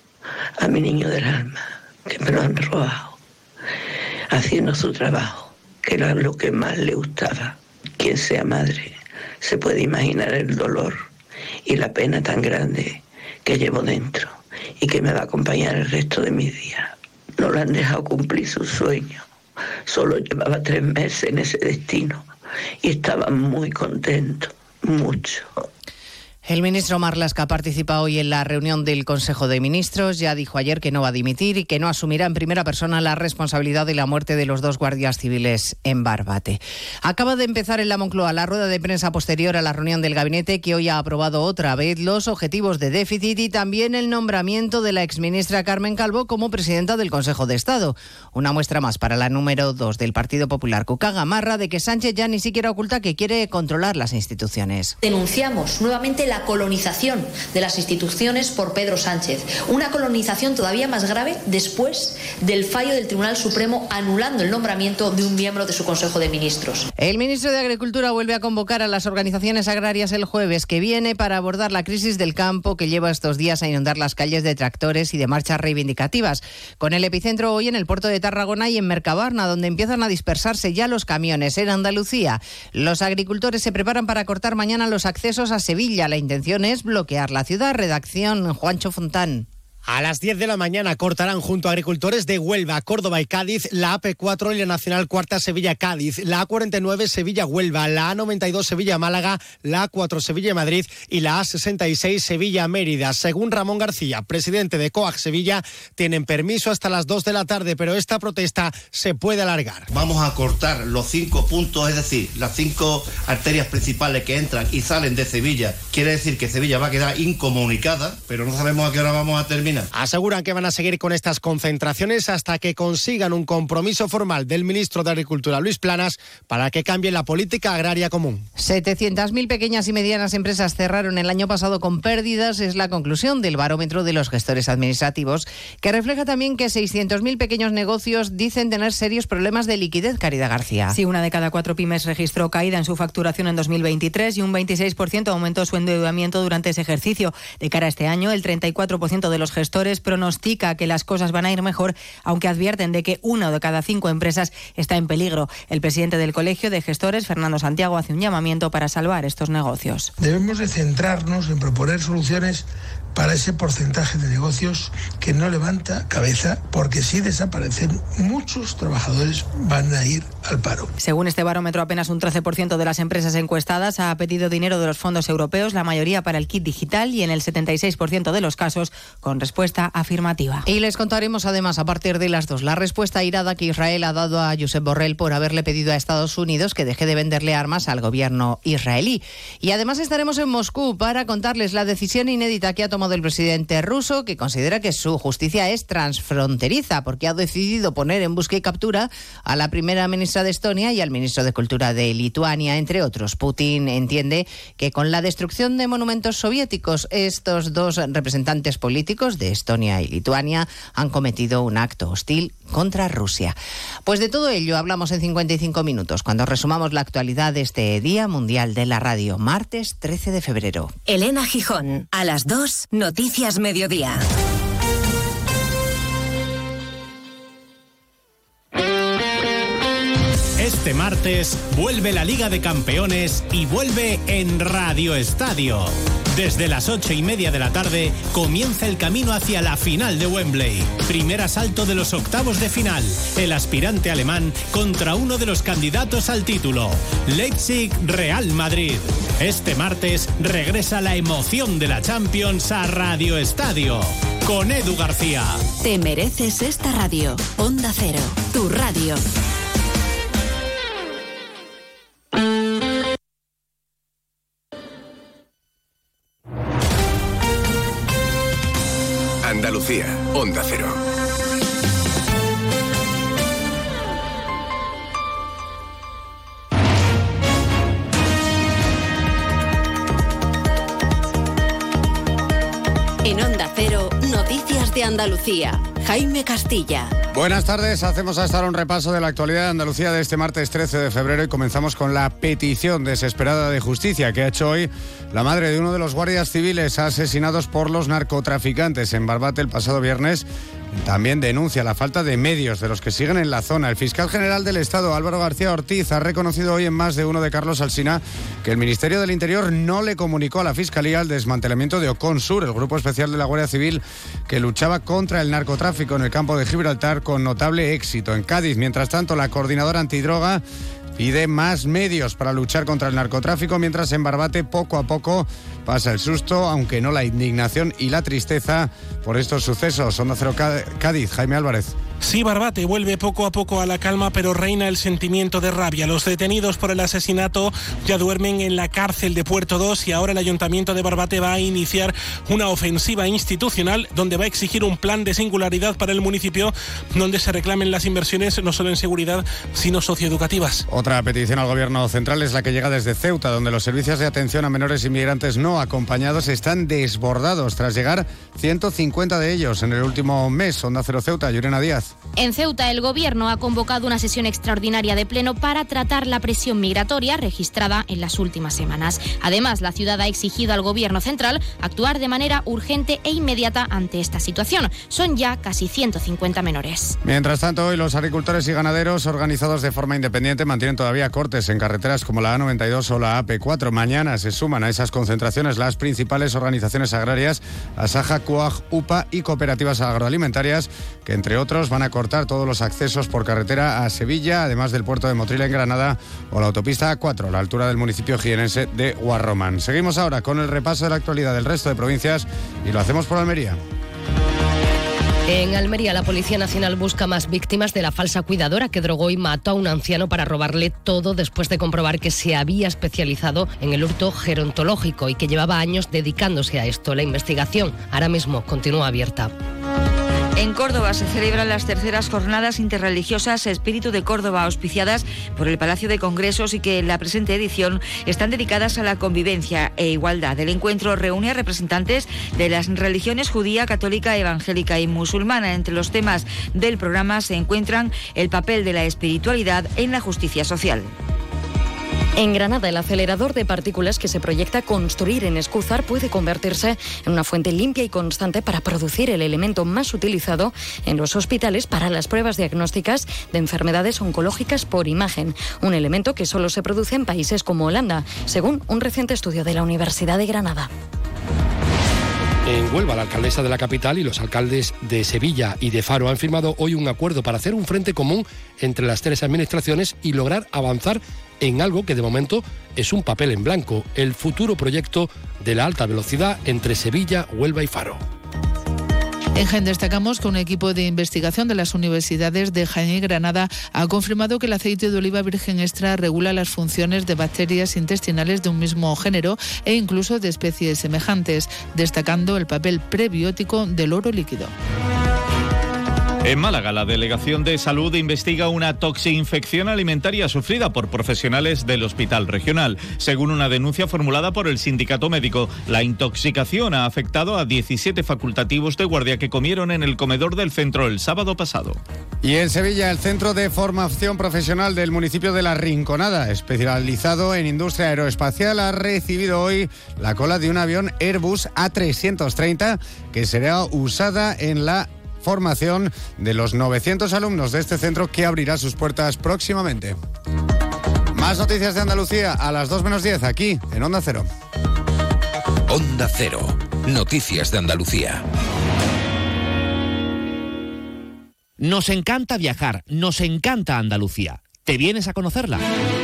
del alma, que me lo han robado, haciendo su trabajo, que era lo que más le gustaba. Quien sea madre se puede imaginar el dolor y la pena tan grande que llevo dentro y que me va a acompañar el resto de mis días. No lo han dejado cumplir su sueño. Solo llevaba 3 meses en ese destino y estaba muy contento, mucho. El ministro Marlaska participa hoy en la reunión del Consejo de Ministros. Ya dijo ayer que no va a dimitir y que no asumirá en primera persona la responsabilidad de la muerte de los 2 guardias civiles en Barbate. Acaba de empezar en la Moncloa la rueda de prensa posterior a la reunión del gabinete, que hoy ha aprobado otra vez los objetivos de déficit y también el nombramiento de la exministra Carmen Calvo como presidenta del Consejo de Estado. Una muestra más para la número 2 del Partido Popular, Cuca Gamarra, de que Sánchez ya ni siquiera oculta que quiere controlar las instituciones. Denunciamos nuevamente la colonización de las instituciones por Pedro Sánchez. Una colonización todavía más grave después del fallo del Tribunal Supremo anulando el nombramiento de un miembro de su Consejo de Ministros. El ministro de Agricultura vuelve a convocar a las organizaciones agrarias el jueves que viene para abordar la crisis del campo que lleva estos días a inundar las calles de tractores y de marchas reivindicativas. Con el epicentro hoy en el puerto de Tarragona y en Mercabarna, donde empiezan a dispersarse ya los camiones. En Andalucía, los agricultores se preparan para cortar mañana los accesos a Sevilla. La intención es bloquear la ciudad. Redacción, Juancho Fontán. A las 10 de la mañana cortarán junto a agricultores de Huelva, Córdoba y Cádiz la AP4 y la Nacional Cuarta Sevilla-Cádiz, la A49 Sevilla-Huelva, la A92 Sevilla-Málaga, la A4 Sevilla-Madrid y la A66 Sevilla-Mérida. Según Ramón García, presidente de COAG Sevilla, tienen permiso hasta las 2 de la tarde, pero esta protesta se puede alargar. Vamos a cortar los 5 puntos, es decir, las 5 arterias principales que entran y salen de Sevilla. Quiere decir que Sevilla va a quedar incomunicada, pero no sabemos a qué hora vamos a terminar. Aseguran que van a seguir con estas concentraciones hasta que consigan un compromiso formal del ministro de Agricultura, Luis Planas, para que cambie la política agraria común. 700.000 pequeñas y medianas empresas cerraron el año pasado con pérdidas, es la conclusión del barómetro de los gestores administrativos, que refleja también que 600.000 pequeños negocios dicen tener serios problemas de liquidez. Caridad García. Sí, 1 de cada 4 pymes registró caída en su facturación en 2023 y un 26% aumentó su endeudamiento durante ese ejercicio. De cara a este año, el 34% de los gestores pronostica que las cosas van a ir mejor, aunque advierten de que 1 de cada 5 empresas está en peligro. El presidente del Colegio de Gestores, Fernando Santiago, hace un llamamiento para salvar estos negocios. Debemos de centrarnos en proponer soluciones para ese porcentaje de negocios que no levanta cabeza, porque si desaparecen, muchos trabajadores van a ir al paro. Según este barómetro, apenas un 13% de las empresas encuestadas ha pedido dinero de los fondos europeos, la mayoría para el kit digital y en el 76% de los casos con respuesta afirmativa. Y les contaremos además a partir de las 2 la respuesta airada que Israel ha dado a Josep Borrell por haberle pedido a Estados Unidos que deje de venderle armas al gobierno israelí. Y además estaremos en Moscú para contarles la decisión inédita que ha tomado el presidente ruso, que considera que su justicia es transfronteriza porque ha decidido poner en busca y captura a la primera ministra de Estonia y al ministro de Cultura de Lituania, entre otros. Putin entiende que con la destrucción de monumentos soviéticos, estos 2 representantes políticos de Estonia y Lituania han cometido un acto hostil contra Rusia. Pues de todo ello hablamos en 55 minutos, cuando resumamos la actualidad de este Día Mundial de la Radio, martes 13 de febrero. Elena Gijón, a las 2, Noticias Mediodía. Este martes vuelve la Liga de Campeones y vuelve en Radio Estadio. Desde las 8:30 de la tarde comienza el camino hacia la final de Wembley. Primer asalto de los octavos de final. El aspirante alemán contra uno de los candidatos al título. Leipzig-Real Madrid. Este martes regresa la emoción de la Champions a Radio Estadio. Con Edu García. Te mereces esta radio. Onda Cero, tu radio. Andalucía, Onda Cero. En Onda Cero, Noticias de Andalucía. Jaime Castilla. Buenas tardes, hacemos hasta ahora un repaso de la actualidad de Andalucía de este martes 13 de febrero y comenzamos con la petición desesperada de justicia que ha hecho hoy la madre de uno de los guardias civiles asesinados por los narcotraficantes en Barbate el pasado viernes. También denuncia la falta de medios de los que siguen en la zona. El fiscal general del Estado, Álvaro García Ortiz, ha reconocido hoy en Más de Uno de Carlos Alsina que el Ministerio del Interior no le comunicó a la Fiscalía el desmantelamiento de Ocon Sur, el grupo especial de la Guardia Civil que luchaba contra el narcotráfico en el campo de Gibraltar con notable éxito. En Cádiz, mientras tanto, la coordinadora antidroga pide más medios para luchar contra el narcotráfico, mientras en Barbate poco a poco pasa el susto, aunque no la indignación y la tristeza por estos sucesos. Onda Cero Cádiz, Jaime Álvarez. Sí, Barbate vuelve poco a poco a la calma, pero reina el sentimiento de rabia. Los detenidos por el asesinato ya duermen en la cárcel de Puerto 2 y ahora el Ayuntamiento de Barbate va a iniciar una ofensiva institucional donde va a exigir un plan de singularidad para el municipio donde se reclamen las inversiones no solo en seguridad, sino socioeducativas. Otra petición al Gobierno central es la que llega desde Ceuta, donde los servicios de atención a menores inmigrantes no acompañados están desbordados tras llegar 150 de ellos en el último mes. Onda Cero Ceuta, Yurena Díaz. En Ceuta, el Gobierno ha convocado una sesión extraordinaria de pleno para tratar la presión migratoria registrada en las últimas semanas. Además, la ciudad ha exigido al Gobierno central actuar de manera urgente e inmediata ante esta situación. Son ya casi 150 menores. Mientras tanto, hoy los agricultores y ganaderos organizados de forma independiente mantienen todavía cortes en carreteras como la A92 o la AP4. Mañana se suman a esas concentraciones las principales organizaciones agrarias, Asaja, CUAG, UPA y cooperativas agroalimentarias, que entre otros van a cortar todos los accesos por carretera a Sevilla, además del puerto de Motril en Granada o la autopista A4 a la altura del municipio jienense de Guarromán. Seguimos ahora con el repaso de la actualidad del resto de provincias y lo hacemos por Almería. En Almería, la Policía Nacional busca más víctimas de la falsa cuidadora que drogó y mató a un anciano para robarle todo después de comprobar que se había especializado en el hurto gerontológico y que llevaba años dedicándose a esto. La investigación ahora mismo continúa abierta. En Córdoba se celebran las terceras jornadas interreligiosas Espíritu de Córdoba, auspiciadas por el Palacio de Congresos y que en la presente edición están dedicadas a la convivencia e igualdad. El encuentro reúne a representantes de las religiones judía, católica, evangélica y musulmana. Entre los temas del programa se encuentran el papel de la espiritualidad en la justicia social. En Granada, el acelerador de partículas que se proyecta construir en Escúzar puede convertirse en una fuente limpia y constante para producir el elemento más utilizado en los hospitales para las pruebas diagnósticas de enfermedades oncológicas por imagen, un elemento que solo se produce en países como Holanda, según un reciente estudio de la Universidad de Granada. En Huelva, la alcaldesa de la capital y los alcaldes de Sevilla y de Faro han firmado hoy un acuerdo para hacer un frente común entre las tres administraciones y lograr avanzar en algo que de momento es un papel en blanco, el futuro proyecto de la alta velocidad entre Sevilla, Huelva y Faro. En Jaén destacamos que un equipo de investigación de las universidades de Jaén y Granada ha confirmado que el aceite de oliva virgen extra regula las funciones de bacterias intestinales de un mismo género e incluso de especies semejantes, destacando el papel prebiótico del oro líquido. En Málaga, la Delegación de Salud investiga una toxinfección alimentaria sufrida por profesionales del Hospital Regional. Según una denuncia formulada por el sindicato médico, la intoxicación ha afectado a 17 facultativos de guardia que comieron en el comedor del centro el sábado pasado. Y en Sevilla, el Centro de Formación Profesional del municipio de La Rinconada, especializado en industria aeroespacial, ha recibido hoy la cola de un avión Airbus A330 que será usada en la formación de los 900 alumnos de este centro que abrirá sus puertas próximamente. Más noticias de Andalucía a las 2:10 aquí en Onda Cero. Onda Cero. Noticias de Andalucía. Nos encanta viajar, nos encanta Andalucía. ¿Te vienes a conocerla?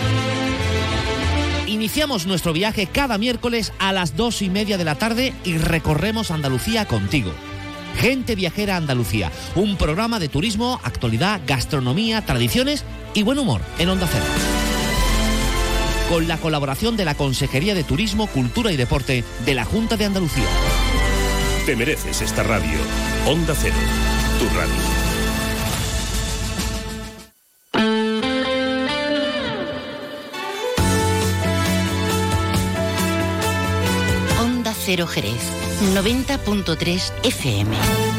Iniciamos nuestro viaje cada miércoles a las 2:30 de la tarde y recorremos Andalucía contigo. Gente Viajera Andalucía, un programa de turismo, actualidad, gastronomía, tradiciones y buen humor en Onda Cero. Con la colaboración de la Consejería de Turismo, Cultura y Deporte de la Junta de Andalucía. Te mereces esta radio. Onda Cero, tu radio. Onda Cero Jerez, 90.3 FM.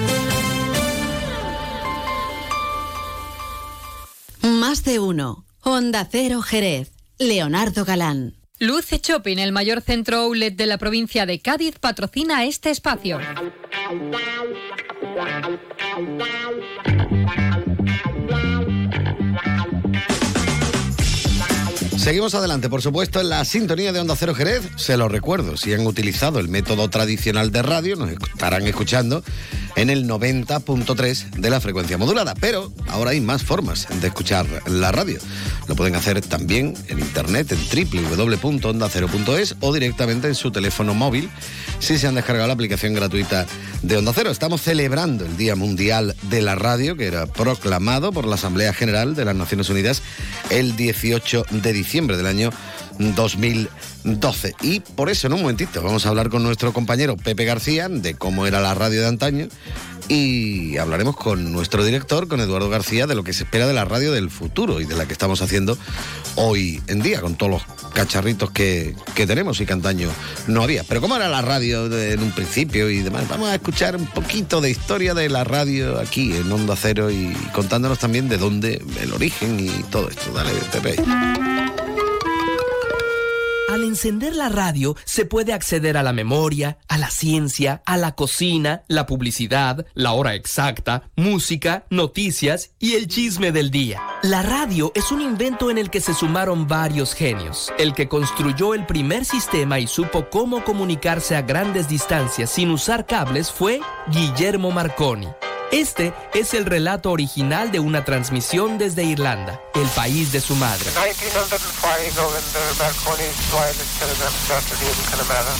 Más de uno. Onda Cero Jerez. Leonardo Galán. Luce Shopping, el mayor centro outlet de la provincia de Cádiz, patrocina este espacio. Seguimos adelante, por supuesto, en la sintonía de Onda Cero Jerez. Se lo recuerdo, si han utilizado el método tradicional de radio, nos estarán escuchando en el 90.3 de la frecuencia modulada. Pero ahora hay más formas de escuchar la radio. Lo pueden hacer también en internet, en www.ondacero.es o directamente en su teléfono móvil, si se han descargado la aplicación gratuita de Onda Cero. Estamos celebrando el Día Mundial de la Radio, que era proclamado por la Asamblea General de las Naciones Unidas el 18 de diciembre del año 2012. Y por eso, en un momentito, vamos a hablar con nuestro compañero Pepe García de cómo era la radio de antaño, y hablaremos con nuestro director, con Eduardo García, de lo que se espera de la radio del futuro y de la que estamos haciendo hoy en día, con todos los cacharritos que tenemos y que antaño no había. Pero cómo era la radio en un principio y demás. Vamos a escuchar un poquito de historia de la radio aquí en Onda Cero y contándonos también de dónde el origen y todo esto. Dale, Pepe. Al encender la radio se puede acceder a la memoria, a la ciencia, a la cocina, la publicidad, la hora exacta, música, noticias y el chisme del día. La radio es un invento en el que se sumaron varios genios. El que construyó el primer sistema y supo cómo comunicarse a grandes distancias sin usar cables fue Guillermo Marconi. Este es el relato original de una transmisión desde Irlanda, el país de su madre. In 1905, when the Marconi's wireless telegraph started in Connemara,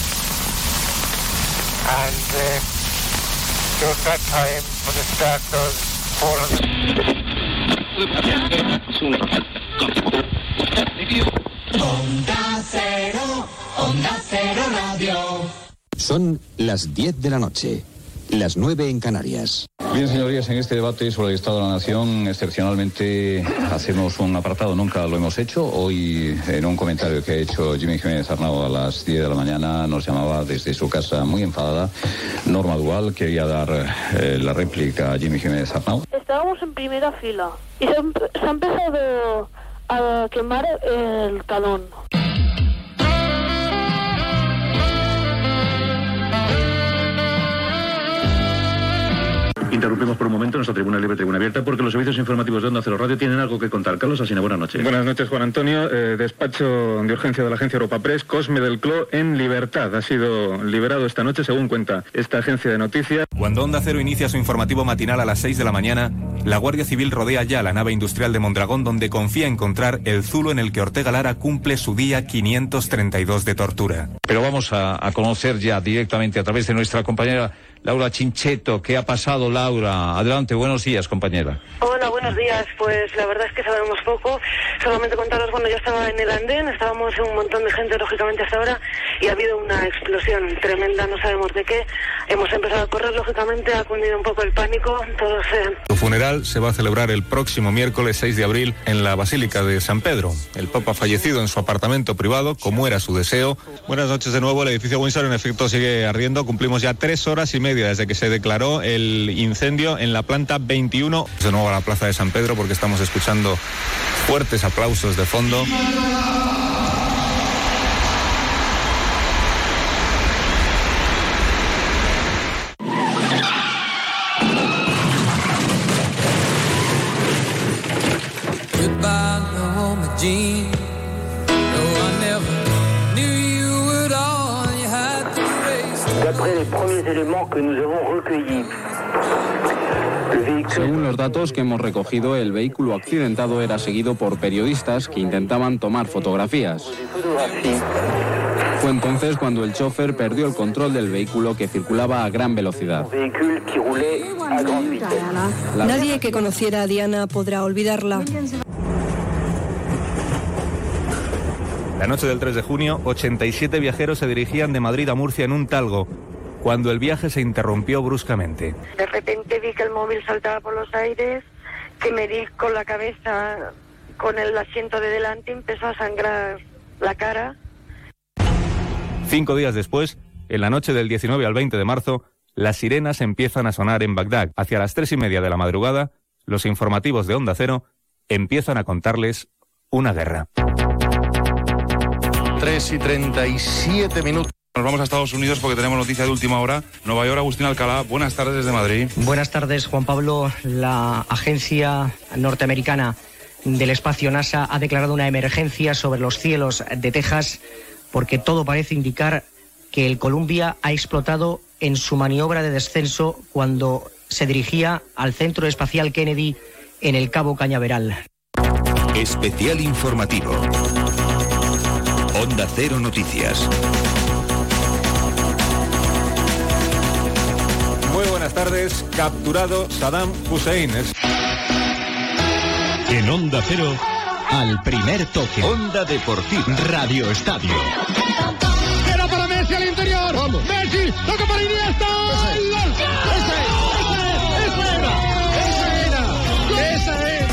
and during that time, when it started, 400... Onda Cero Radio. Son las 10 de la noche. Las 9 en Canarias. Bien, señorías, en este debate sobre el Estado de la Nación, excepcionalmente hacemos un apartado, nunca lo hemos hecho. Hoy, en un comentario que ha hecho Jimmy Jiménez Arnau a las 10 de la mañana, nos llamaba desde su casa muy enfadada. Norma Dual quería dar la réplica a Jimmy Jiménez Arnau. Estábamos en primera fila y se ha empezado a quemar el talón. Interrumpimos por un momento nuestra tribuna libre, tribuna abierta, porque los servicios informativos de Onda Cero Radio tienen algo que contar. Carlos Asina, buenas noches. Buenas noches, Juan Antonio. Despacho de urgencia de la agencia Europa Press. Cosme del Cló en libertad. Ha sido liberado esta noche, según cuenta esta agencia de noticias. Cuando Onda Cero inicia su informativo matinal a las 6 de la mañana, la Guardia Civil rodea ya la nave industrial de Mondragón, donde confía encontrar el zulo en el que Ortega Lara cumple su día 532 de tortura. Pero vamos a conocer ya directamente a través de nuestra compañera Laura Chincheto. ¿Qué ha pasado, Laura? Adelante, buenos días, compañera. Hola, buenos días. Pues la verdad es que sabemos poco. Solamente contaros, bueno, yo estaba en el andén, estábamos un montón de gente, lógicamente, hasta ahora, y ha habido una explosión tremenda, no sabemos de qué. Hemos empezado a correr, lógicamente, ha cundido un poco el pánico. Todos... Su funeral se va a celebrar el próximo miércoles 6 de abril en la Basílica de San Pedro. El Papa ha fallecido en su apartamento privado, como era su deseo. Buenas noches de nuevo. El edificio Windsor, en efecto, sigue ardiendo. Cumplimos ya 3 horas y media desde que se declaró el incendio en la planta 21. De nuevo a la Plaza de San Pedro, porque estamos escuchando fuertes aplausos de fondo. D'après les premiers éléments que nous avons recueillis, según los datos que hemos recogido, el vehículo accidentado era seguido por periodistas que intentaban tomar fotografías. Fue entonces cuando el chofer perdió el control del vehículo, que circulaba a gran velocidad. Nadie que conociera a Diana podrá olvidarla. La noche del 3 de junio, 87 viajeros se dirigían de Madrid a Murcia en un Talgo. cuando el viaje se interrumpió bruscamente. De repente vi que el móvil saltaba por los aires, que me di con la cabeza con el asiento de delante y empezó a sangrar la cara. 5 días después, en la noche del 19 al 20 de marzo, las sirenas empiezan a sonar en Bagdad. Hacia las 3:30 de la madrugada, los informativos de Onda Cero empiezan a contarles una guerra. 3:37. Nos vamos a Estados Unidos porque tenemos noticia de última hora. Nueva York, Agustín Alcalá, buenas tardes desde Madrid. Buenas tardes, Juan Pablo. La agencia norteamericana del espacio NASA ha declarado una emergencia sobre los cielos de Texas porque todo parece indicar que el Columbia ha explotado en su maniobra de descenso cuando se dirigía al Centro Espacial Kennedy en el Cabo Cañaveral. Especial informativo. Onda Cero Noticias. Muy buenas tardes. Capturado Saddam Hussein. En Onda Cero, al primer toque. Onda Deportiva. Radio Estadio. Era para Messi al interior. Vamos. Messi, toca para Iniesta. Esa era.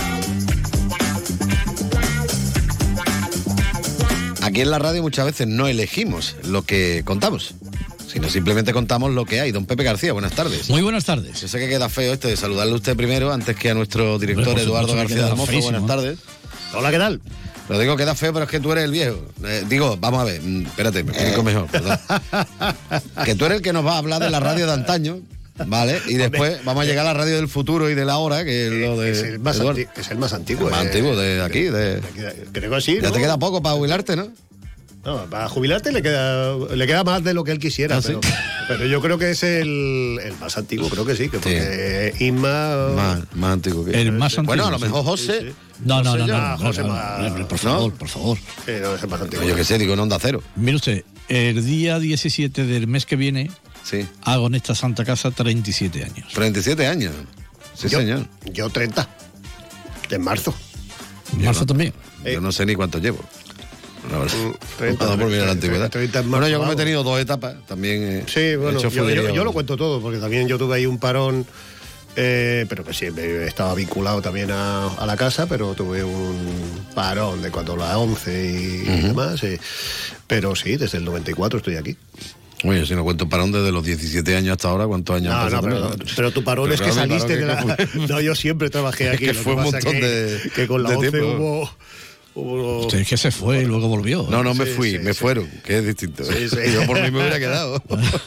Aquí en la radio muchas veces no elegimos lo que contamos, sino simplemente contamos lo que hay. Don Pepe García, buenas tardes. Muy buenas tardes. Yo sé que queda feo esto de saludarle a usted primero antes que a nuestro director Eduardo García del Mozo. Buenas tardes. Hola, ¿qué tal? Lo digo, queda feo, pero es que tú eres el viejo. Vamos a ver, espérate, me explico mejor, perdón. Que tú eres el que nos va a hablar de la radio de antaño, ¿vale? Y después vamos a llegar a la radio del futuro y de la hora, que es lo de... Es el más antiguo. El más antiguo de aquí. Creo que sí, ya ¿no? te queda poco para jubilarte, ¿no? No, para jubilarte le queda más de lo que él quisiera, sí. Pero yo creo que es el más antiguo, creo que sí, que porque sí. Isma... Más antiguo que... El más antiguo. Bueno, a lo mejor José... Sí. No, José por favor. Pero es el más antiguo. Yo que sé, digo en Onda Cero. Mire usted, el día 17 del mes que viene hago en esta santa casa 37 años. 37 años, sí señor. Yo 30, en marzo. ¿En marzo también? Yo no sé ni cuánto llevo. Por mirar la antigüedad. Bueno, yo como he tenido 2 etapas, también sí, bueno, yo lo cuento todo, porque también yo tuve ahí un parón, pero que siempre estaba vinculado también a la casa, pero tuve un parón de cuando las 11 y demás. Pero sí, desde el 94 estoy aquí. Oye, si no cuento parón desde los 17 años hasta ahora, ¿cuántos años? Pero tu parón es que saliste de la... No, yo siempre trabajé aquí. Es que fue un montón que con la 11 tiempo. Usted es que se fue y luego volvió. No, me fui, me fueron, que es distinto. Sí. Yo por mí me hubiera quedado.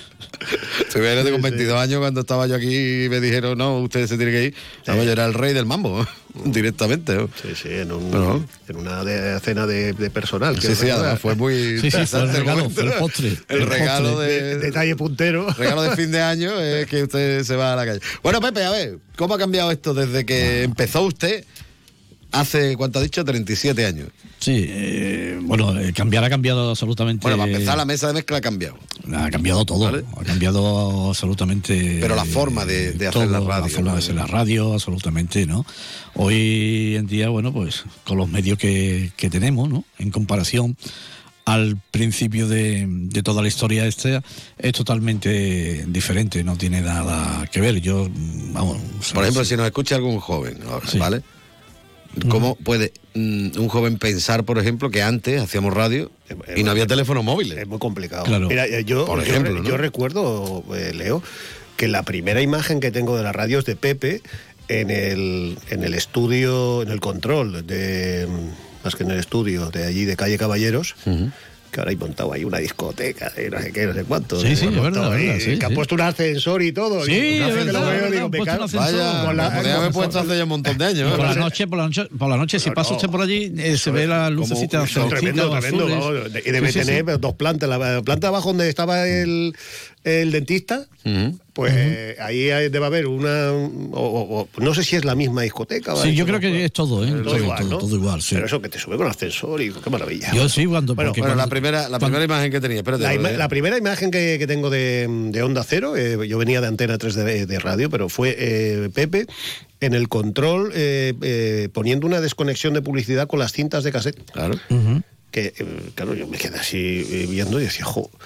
Estuve con 22 años cuando estaba yo aquí y me dijeron, no, usted se tiene que ir. No, yo era el rey del mambo, directamente. Sí, en una cena de personal. Sí, además fue muy... Sí, fue el regalo, fue el postre. El regalo de... Detalle puntero. El regalo de fin de año es que usted se va a la calle. Bueno, Pepe, a ver, ¿cómo ha cambiado esto desde que empezó usted? Hace, ¿cuánto ha dicho? 37 años. Sí, cambiar ha cambiado absolutamente. Bueno, para empezar, la mesa de mezcla ha cambiado. Ha cambiado todo, ¿vale? Ha cambiado absolutamente. Pero la forma de hacer la radio. La forma de hacer la radio, absolutamente, ¿no? Hoy en día, pues con los medios que tenemos, ¿no? En comparación al principio de toda la historia esta, es totalmente diferente, no tiene nada que ver. Por ejemplo, si nos escucha algún joven, ¿vale? ¿Cómo puede un joven pensar, por ejemplo, que antes hacíamos radio y no había teléfonos móviles? Es muy complicado. Claro. Mira, yo recuerdo, Leo, que la primera imagen que tengo de la radio es de Pepe en el estudio, en el control, más que en el estudio de allí de Calle Caballeros, que ahora hay montado ahí una discoteca de no sé qué, no sé cuánto. Sí, es verdad. Que han puesto un ascensor y todo. Sí, es verdad. Vaya, me he puesto hace ya un montón de años. Por la noche, si pasa usted por allí, se ve las lucecitas. Tremendo. Y debe tener 2 plantas. La planta abajo donde estaba el dentista, pues ahí debe haber una... no sé si es la misma discoteca. Sí, yo creo que es todo, todo igual, sí. Pero eso que te sube con ascensor y qué maravilla. Yo sí, la primera imagen que tenía, espérate. La primera imagen que tengo de Onda Cero, yo venía de Antena 3 de radio, pero fue Pepe en el control poniendo una desconexión de publicidad con las cintas de cassette. Claro. Que, claro, yo me quedé así viendo y decía,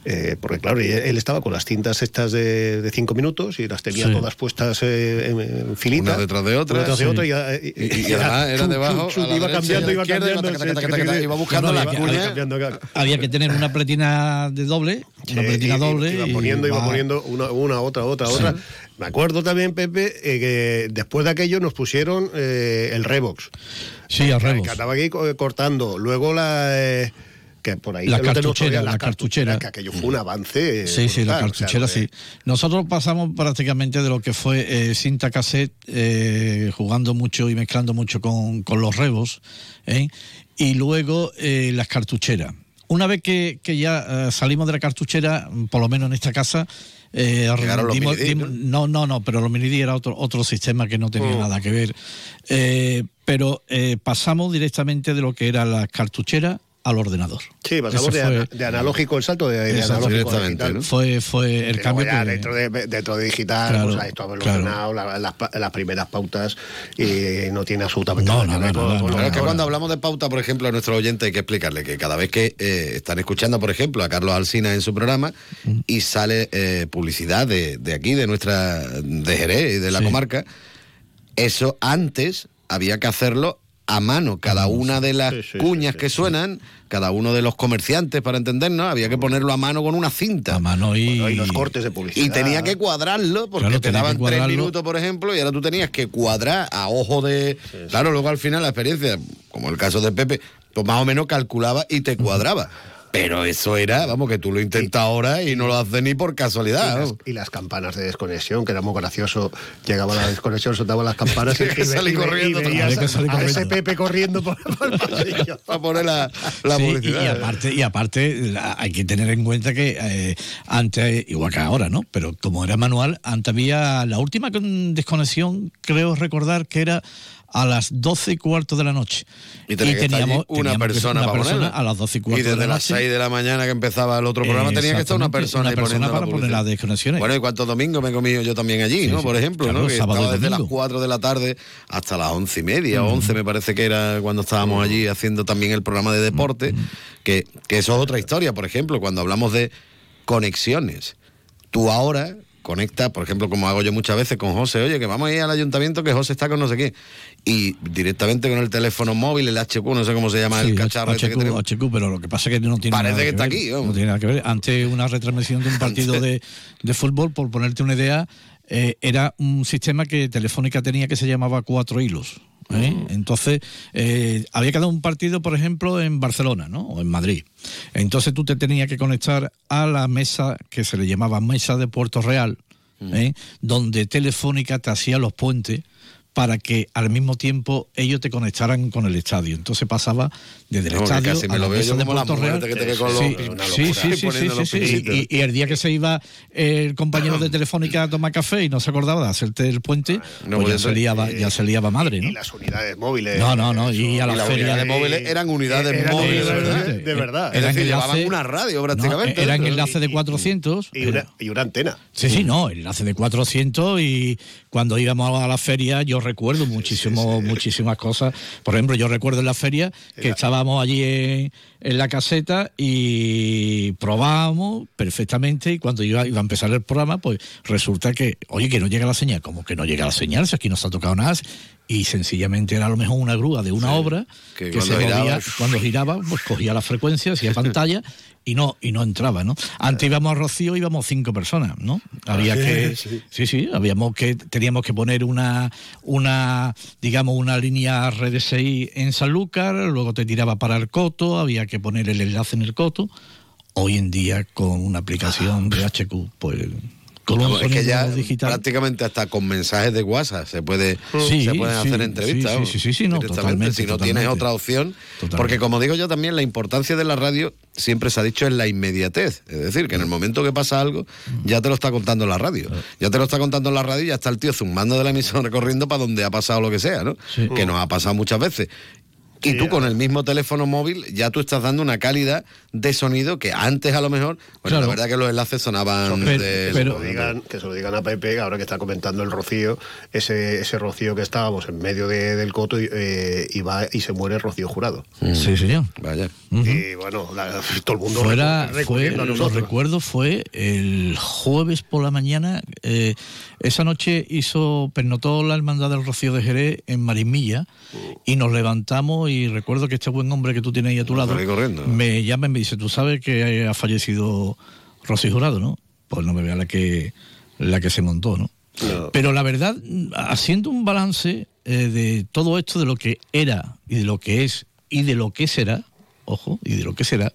Porque claro, él estaba con las cintas estas de 5 minutos y las tenía todas puestas en filita. Una detrás de otra. Y además era debajo. Iba cambiando. Iba buscando las cuñas. Había que tener una pletina de doble. Una pletina doble. Iba poniendo una, otra. Me acuerdo también, Pepe, que después de aquello nos pusieron el Revox. Sí, el Revox. Que estaba aquí cortando. Luego que por ahí la cartuchera, que aquello fue un avance. Sí, brutal, la cartuchera, sí. Nosotros pasamos prácticamente de lo que fue cinta cassette, jugando mucho y mezclando mucho con los rebos, y luego las cartucheras. Una vez que ya salimos de la cartuchera, por lo menos en esta casa, llegaron los mini-DI, no, pero los mini-DI era otro sistema que no tenía nada que ver. Pero pasamos directamente de lo que era la cartuchera al ordenador. Sí, pasamos de analógico, el salto de analógico a digital, ¿no? Fue el pero cambio. Ya dentro de digital, claro, pues esto ha evolucionado, las primeras pautas, y no tiene absolutamente nada que ver. Claro, es que cuando hablamos de pauta, por ejemplo, a nuestros oyentes hay que explicarle que cada vez que están escuchando, por ejemplo, a Carlos Alsina en su programa y sale publicidad de aquí, de Jerez y de la comarca, eso antes había que hacerlo a mano. Cada una de las cuñas que suenan, cada uno de los comerciantes, para entendernos, había que ponerlo a mano con una cinta. A mano y los cortes de publicidad. Y tenía que cuadrarlo, porque te daban 3 minutos, por ejemplo, y ahora tú tenías que cuadrar a ojo de... Claro, luego al final la experiencia, como el caso de Pepe, pues más o menos calculaba y te cuadraba. Pero eso era, vamos, que tú lo intentas ahora y no lo haces ni por casualidad. Y las campanas de desconexión, que era muy gracioso. Llegaba la desconexión, soltaba las campanas y salí corriendo. Y a ese Pepe corriendo por el pasillo. Para poner la publicidad. Y aparte hay que tener en cuenta que antes, igual que ahora, ¿no? Pero como era manual, antes había la última desconexión, creo recordar que era a las 12:15 de la noche. Y teníamos una persona para ponerla. A las 12:15 y desde las 6 de la mañana que empezaba el otro programa tenía que estar una persona para poner las desconexiones. Bueno, y cuántos domingos me he comido yo también allí, ¿no? Por ejemplo, claro, ¿no? Que estaba desde las 4 de la tarde hasta las 11:30 o 11 me parece que era cuando estábamos allí haciendo también el programa de deporte, que eso es otra historia. Por ejemplo, cuando hablamos de conexiones, tú ahora conecta, por ejemplo, como hago yo muchas veces con José, oye, que vamos a ir al ayuntamiento, que José está con no sé qué, y directamente con el teléfono móvil, el HQ, no sé cómo se llama, el cacharro HQ, pero lo que pasa es que no tiene parece nada que está ver, aquí, vamos. No tiene nada que ver. Antes una retransmisión de un partido de fútbol, por ponerte una idea, era un sistema que Telefónica tenía que se llamaba 4 hilos. Entonces había que dar un partido, por ejemplo, en Barcelona, ¿no? O en Madrid. Entonces tú te tenías que conectar a la mesa que se le llamaba mesa de Puerto Real, donde Telefónica te hacía los puentes para que al mismo tiempo ellos te conectaran con el estadio. Entonces pasaba desde el estadio casi me a la lo veo mesa yo de como Puerto Real. Sí. Y el día que se iba el compañero de Telefónica a tomar café y no se acordaba de hacerte el puente, pues ya se liaba madre, ¿no? Y las unidades móviles. No, y a la feria de móviles eran unidades móviles, de verdad. Es decir, llevaban una radio prácticamente. Eran enlace de 400. Y una antena. Sí, enlace de 400, y cuando íbamos a la feria yo recuerdo muchísimas cosas. Por ejemplo, yo recuerdo en la feria que estábamos allí en la caseta y probábamos perfectamente, y cuando iba a empezar el programa, pues resulta que, oye, que no llega la señal. ¿Cómo que no llega la señal? Si aquí no se ha tocado nada. Y sencillamente era a lo mejor una grúa de una obra que se movía, cuando giraba, pues cogía la frecuencia, hacía pantalla y no entraba, ¿no? Antes íbamos a Rocío, íbamos 5 personas, ¿no? Había teníamos que poner una línea RDSI en Sanlúcar, luego te tiraba para el Coto, había que poner el enlace en el Coto. Hoy en día, con una aplicación de HQ, pues... Es que ya prácticamente hasta con mensajes de WhatsApp se pueden hacer entrevistas. Sí, no, totalmente. Si no tienes otra opción. Porque como digo yo también, la importancia de la radio siempre se ha dicho en la inmediatez. Es decir, que en el momento que pasa algo, ya te lo está contando la radio. Ya te lo está contando la radio y ya está el tío zumbando de la emisora corriendo para donde ha pasado lo que sea, ¿no? Que nos ha pasado muchas veces. Y tú con el mismo teléfono móvil ya tú estás dando una calidad de sonido que antes a lo mejor, la verdad que los enlaces sonaban... Que se lo digan a Pepe, ahora que está comentando el Rocío, ese Rocío que estábamos en medio del Coto y va y se muere Rocío Jurado. Sí, señor. Vaya. Y bueno, todo el mundo recurriendo a nosotros. Lo recuerdo, fue el jueves por la mañana. Esa noche pernotó la Hermandad del Rocío de Jerez en Marismilla y nos levantamos y recuerdo que este buen hombre que tú tienes ahí a tu lado me llama y me dice, tú sabes que ha fallecido Rocío Jurado, ¿no? Pues no me vea la que se montó, ¿no? Pero la verdad, haciendo un balance de todo esto, de lo que era y de lo que es y de lo que será, ojo, y de lo que será,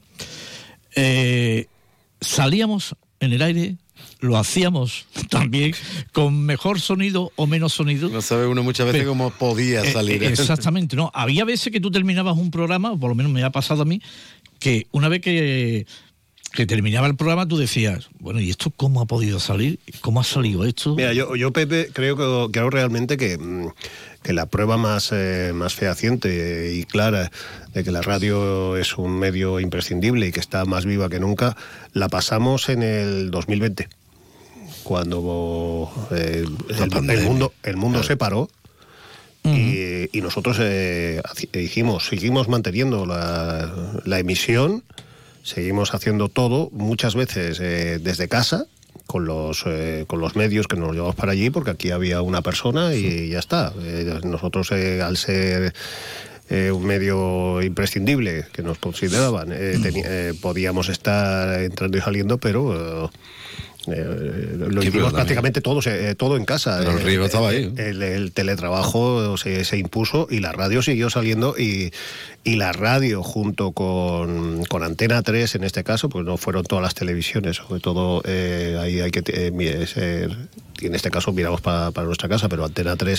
salíamos en el aire, lo hacíamos también con mejor sonido o menos sonido. No sabe uno muchas veces cómo podía salir. Exactamente, ¿no? Había veces que tú terminabas un programa, o por lo menos me ha pasado a mí, que una vez que terminaba el programa tú decías, bueno, ¿y esto cómo ha podido salir? ¿Cómo ha salido esto? Mira, yo Pepe, creo realmente que la prueba más fehaciente y clara de que la radio es un medio imprescindible y que está más viva que nunca, la pasamos en el 2020, cuando el mundo se paró. Y nosotros seguimos manteniendo la emisión. Seguimos haciendo todo, muchas veces desde casa, con los medios que nos llevamos para allí, porque aquí había una persona y ya está. Nosotros, al ser un medio imprescindible que nos consideraban, podíamos estar entrando y saliendo, pero... lo hicimos prácticamente todo en casa. Pero el riesgo estaba ahí. El teletrabajo se impuso y la radio siguió saliendo y la radio junto con Antena 3 en este caso, pues no fueron todas las televisiones, sobre todo ahí hay que en este caso miramos para nuestra casa, pero Antena 3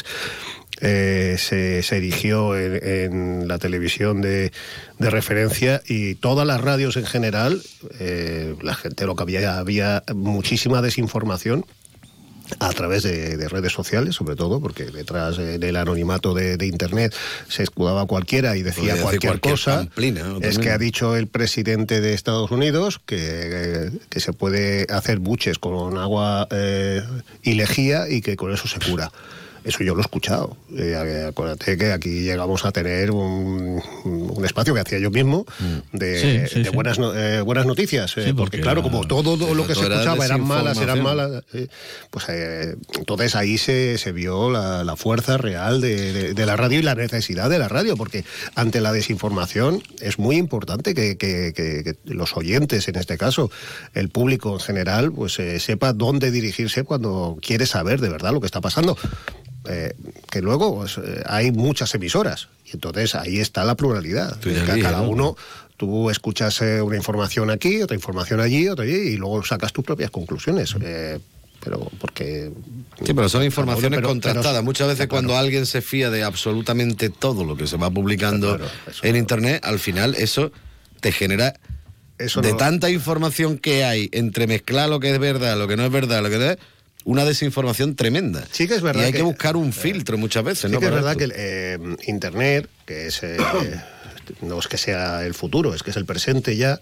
se erigió en la televisión de referencia, y todas las radios en general, la gente, lo que había muchísima desinformación a través de redes sociales, sobre todo, porque detrás del anonimato de Internet se escudaba cualquiera y decía cualquier cosa. Pamplina, ¿no? Es que ha dicho el presidente de Estados Unidos que se puede hacer buches con agua y lejía y que con eso se cura. Eso yo lo he escuchado. Acuérdate que aquí llegamos a tener un espacio que hacía yo mismo de buenas noticias. Porque claro, como todo lo que se escuchaba eran malas, pues entonces ahí se vio la fuerza real de la radio y la necesidad de la radio, porque ante la desinformación es muy importante que los oyentes, en este caso, el público en general, pues sepa dónde dirigirse cuando quiere saber de verdad lo que está pasando. Que luego pues, hay muchas emisoras y entonces ahí está la pluralidad. Cada uno, tú escuchas una información aquí, otra información allí, otra allí, y luego sacas tus propias conclusiones. Pero porque... Sí, pero son informaciones contrastadas. Muchas veces cuando alguien se fía de absolutamente todo lo que se va publicando en Internet, al final eso te genera... tanta información que hay, entremezclar lo que es verdad, lo que no es verdad, lo que es... una desinformación tremenda. Sí que es verdad. Y hay que buscar un filtro muchas veces, sí, ¿no? Sí que es verdad que Internet, que es no es que sea el futuro, es que es el presente ya,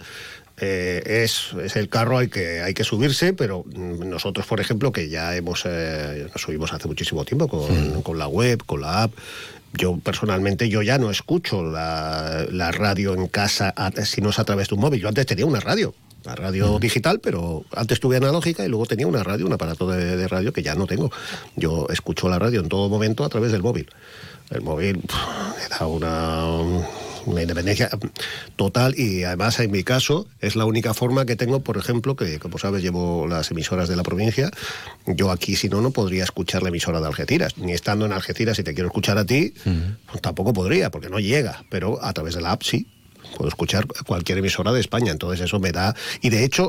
es el carro al que hay que subirse, pero nosotros, por ejemplo, que ya nos subimos hace muchísimo tiempo con la web, con la app. Yo personalmente ya no escucho la radio en casa si no es a través de un móvil. Yo antes tenía una radio digital, pero antes tuve analógica y luego tenía una radio, un aparato de radio que ya no tengo. Yo escucho la radio en todo momento a través del móvil. El móvil me da una independencia total, y además en mi caso es la única forma que tengo, por ejemplo, que como sabes llevo las emisoras de la provincia. Yo aquí si no podría escuchar la emisora de Algeciras, ni estando en Algeciras, si te quiero escuchar a ti, pues tampoco podría, porque no llega, pero a través de la app sí. Puedo escuchar cualquier emisora de España, entonces eso me da, y de hecho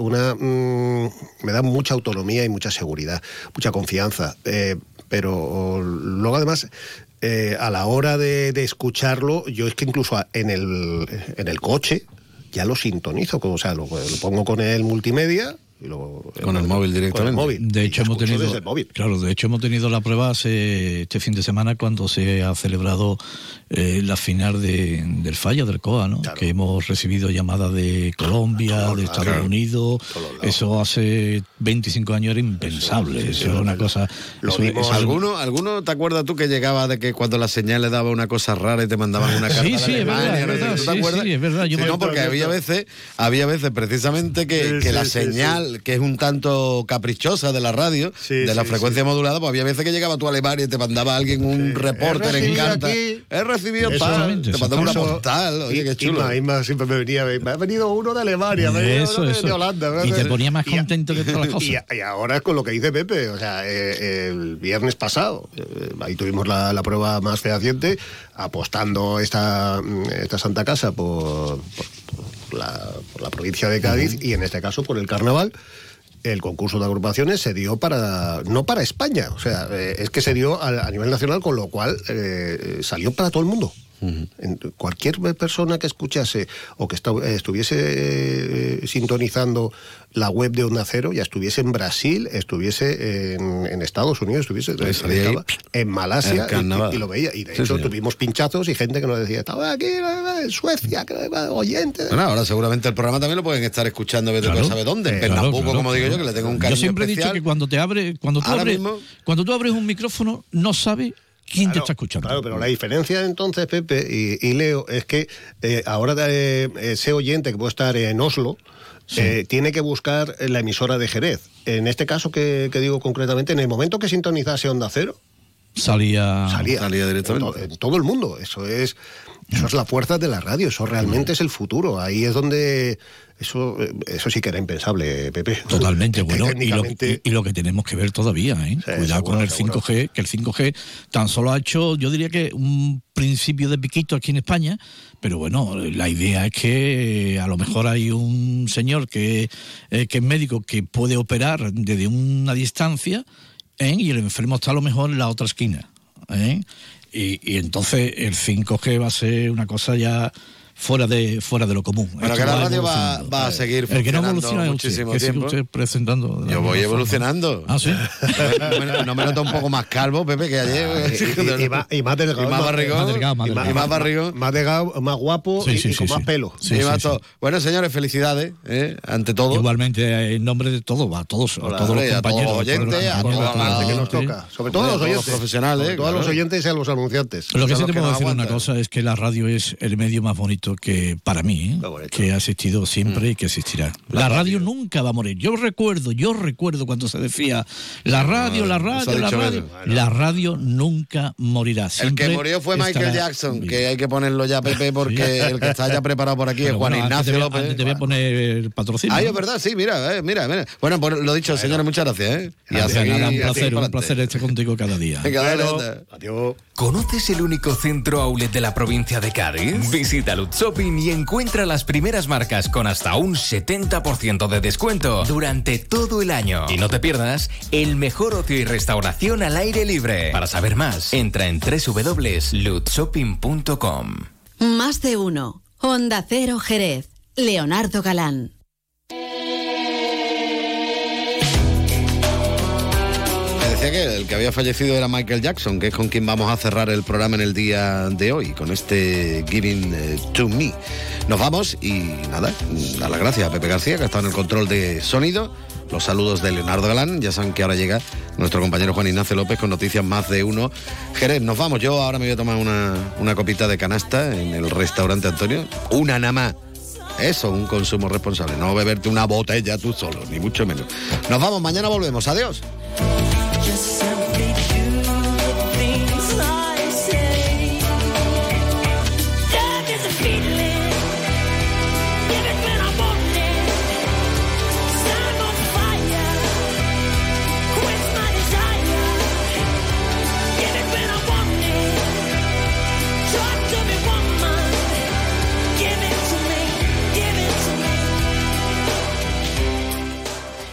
me da mucha autonomía y mucha seguridad, mucha confianza, pero luego además a la hora de escucharlo, yo es que incluso en el coche ya lo sintonizo, o sea, lo pongo con el multimedia Y luego, con el móvil directamente. Con el móvil. De hecho, hemos tenido, desde el móvil. claro, de hecho hemos tenido la prueba este fin de semana cuando se ha celebrado la final del Falla del COA, ¿no? Claro. Que hemos recibido llamadas de Colombia, de Estados Unidos. Eso hace 25 años era impensable. Eso era una cosa. ¿Alguno te acuerdas tú que llegaba de que cuando la señal le daba una cosa rara y te mandaban una carta? Sí, es verdad. Sí, es verdad. No, porque había veces precisamente que la señal, que es un tanto caprichosa de la radio, de la frecuencia modulada, pues había veces que llegaba tú a Alemania y te mandaba alguien un reporter en carta. He recibido tal, te mandaba una postal. Oye, qué chulo. Isma siempre me venía, me ha venido uno de Alemania, eso. De Holanda. ¿Verdad? Y te ponía más contento que todas las cosas. Y ahora es con lo que dice Pepe, o sea, el viernes pasado, ahí tuvimos la prueba más fehaciente, apostando esta Santa Casa por la provincia de Cádiz y en este caso por el carnaval. El concurso de agrupaciones se dio no para España, o sea, es que se dio a nivel nacional, con lo cual salió para todo el mundo. Cualquier persona que escuchase o que estuviese sintonizando la web de Onda Cero, ya estuviese en Brasil, estuviese en Estados Unidos, estaba en Malasia y lo veía. Y de hecho tuvimos pinchazos y gente que nos decía, estaba aquí en Suecia, oyente. Bueno, ahora seguramente el programa también lo pueden estar escuchando, no sabe dónde, en Pernambuco, como digo yo, que le tengo un cariño especial. Yo siempre especial. he dicho que cuando tú abres un micrófono, no sabes quién te está escuchando. Claro, pero la diferencia entonces, Pepe y Leo, es que ahora ese oyente que puede estar en Oslo tiene que buscar la emisora de Jerez. En este caso que digo concretamente, en el momento que sintonizase Onda Cero, salía directamente en todo el mundo. Eso es la fuerza de la radio, eso realmente es el futuro. Ahí es donde eso sí que era impensable, Pepe. Totalmente, bueno, y lo que tenemos que ver todavía, ¿eh? Sí, cuidado con el 5G, que el 5G tan solo ha hecho, yo diría que un principio de piquito aquí en España, pero bueno, la idea es que a lo mejor hay un señor que es médico que puede operar desde una distancia, y el enfermo está a lo mejor en la otra esquina, y entonces el 5G va a ser una cosa ya fuera de lo común. Bueno, que la radio va a seguir funcionando. El que no evoluciona muchísimo que tiempo. Usted presentando. Yo voy evolucionando. ¿Ah, sí? No me noto un poco más calvo, Pepe, que ayer. Y más delgado. Y más barrigón. Y más barrigón. Más delgado, más guapo y con más pelo. Sí. Bueno, señores, felicidades, ante todo. Igualmente, en nombre de todos, a todos los compañeros. A todos los oyentes, a toda la gente que nos toca. Sobre todo a los oyentes. Profesionales. Sobre todo a los oyentes y a los anunciantes. Lo que sí te puedo decir una cosa es que la radio es el medio más bonito que para mí, que ha existido siempre y que existirá. La radio nunca va a morir. Yo recuerdo cuando se decía la radio. La radio nunca morirá. El que murió fue Michael Jackson, que hay que ponerlo ya, Pepe, porque el que está ya preparado por aquí es Juan Ignacio López. Te voy a poner el patrocinio. Es verdad, sí, mira. Bueno, pues lo dicho, señores, muchas gracias. Un placer estar contigo cada día. Adiós. ¿Conoces el único centro outlet de la provincia de Cádiz? Visita Lutz Shopping y encuentra las primeras marcas con hasta un 70% de descuento durante todo el año. Y no te pierdas el mejor ocio y restauración al aire libre. Para saber más, entra en www.lutzshopping.com. Más de uno. Onda Cero Jerez. Leonardo Galán. Decía que el que había fallecido era Michael Jackson, que es con quien vamos a cerrar el programa en el día de hoy, con este Giving to Me. Nos vamos y nada, dar las gracias a Pepe García, que ha estado en el control de sonido. Los saludos de Leonardo Galán. Ya saben que ahora llega nuestro compañero Juan Ignacio López con noticias más de uno. Jerez, nos vamos. Yo ahora me voy a tomar una copita de canasta en el restaurante Antonio. Una nada más. Eso, un consumo responsable. No beberte una botella tú solo, ni mucho menos. Nos vamos, mañana volvemos. Adiós.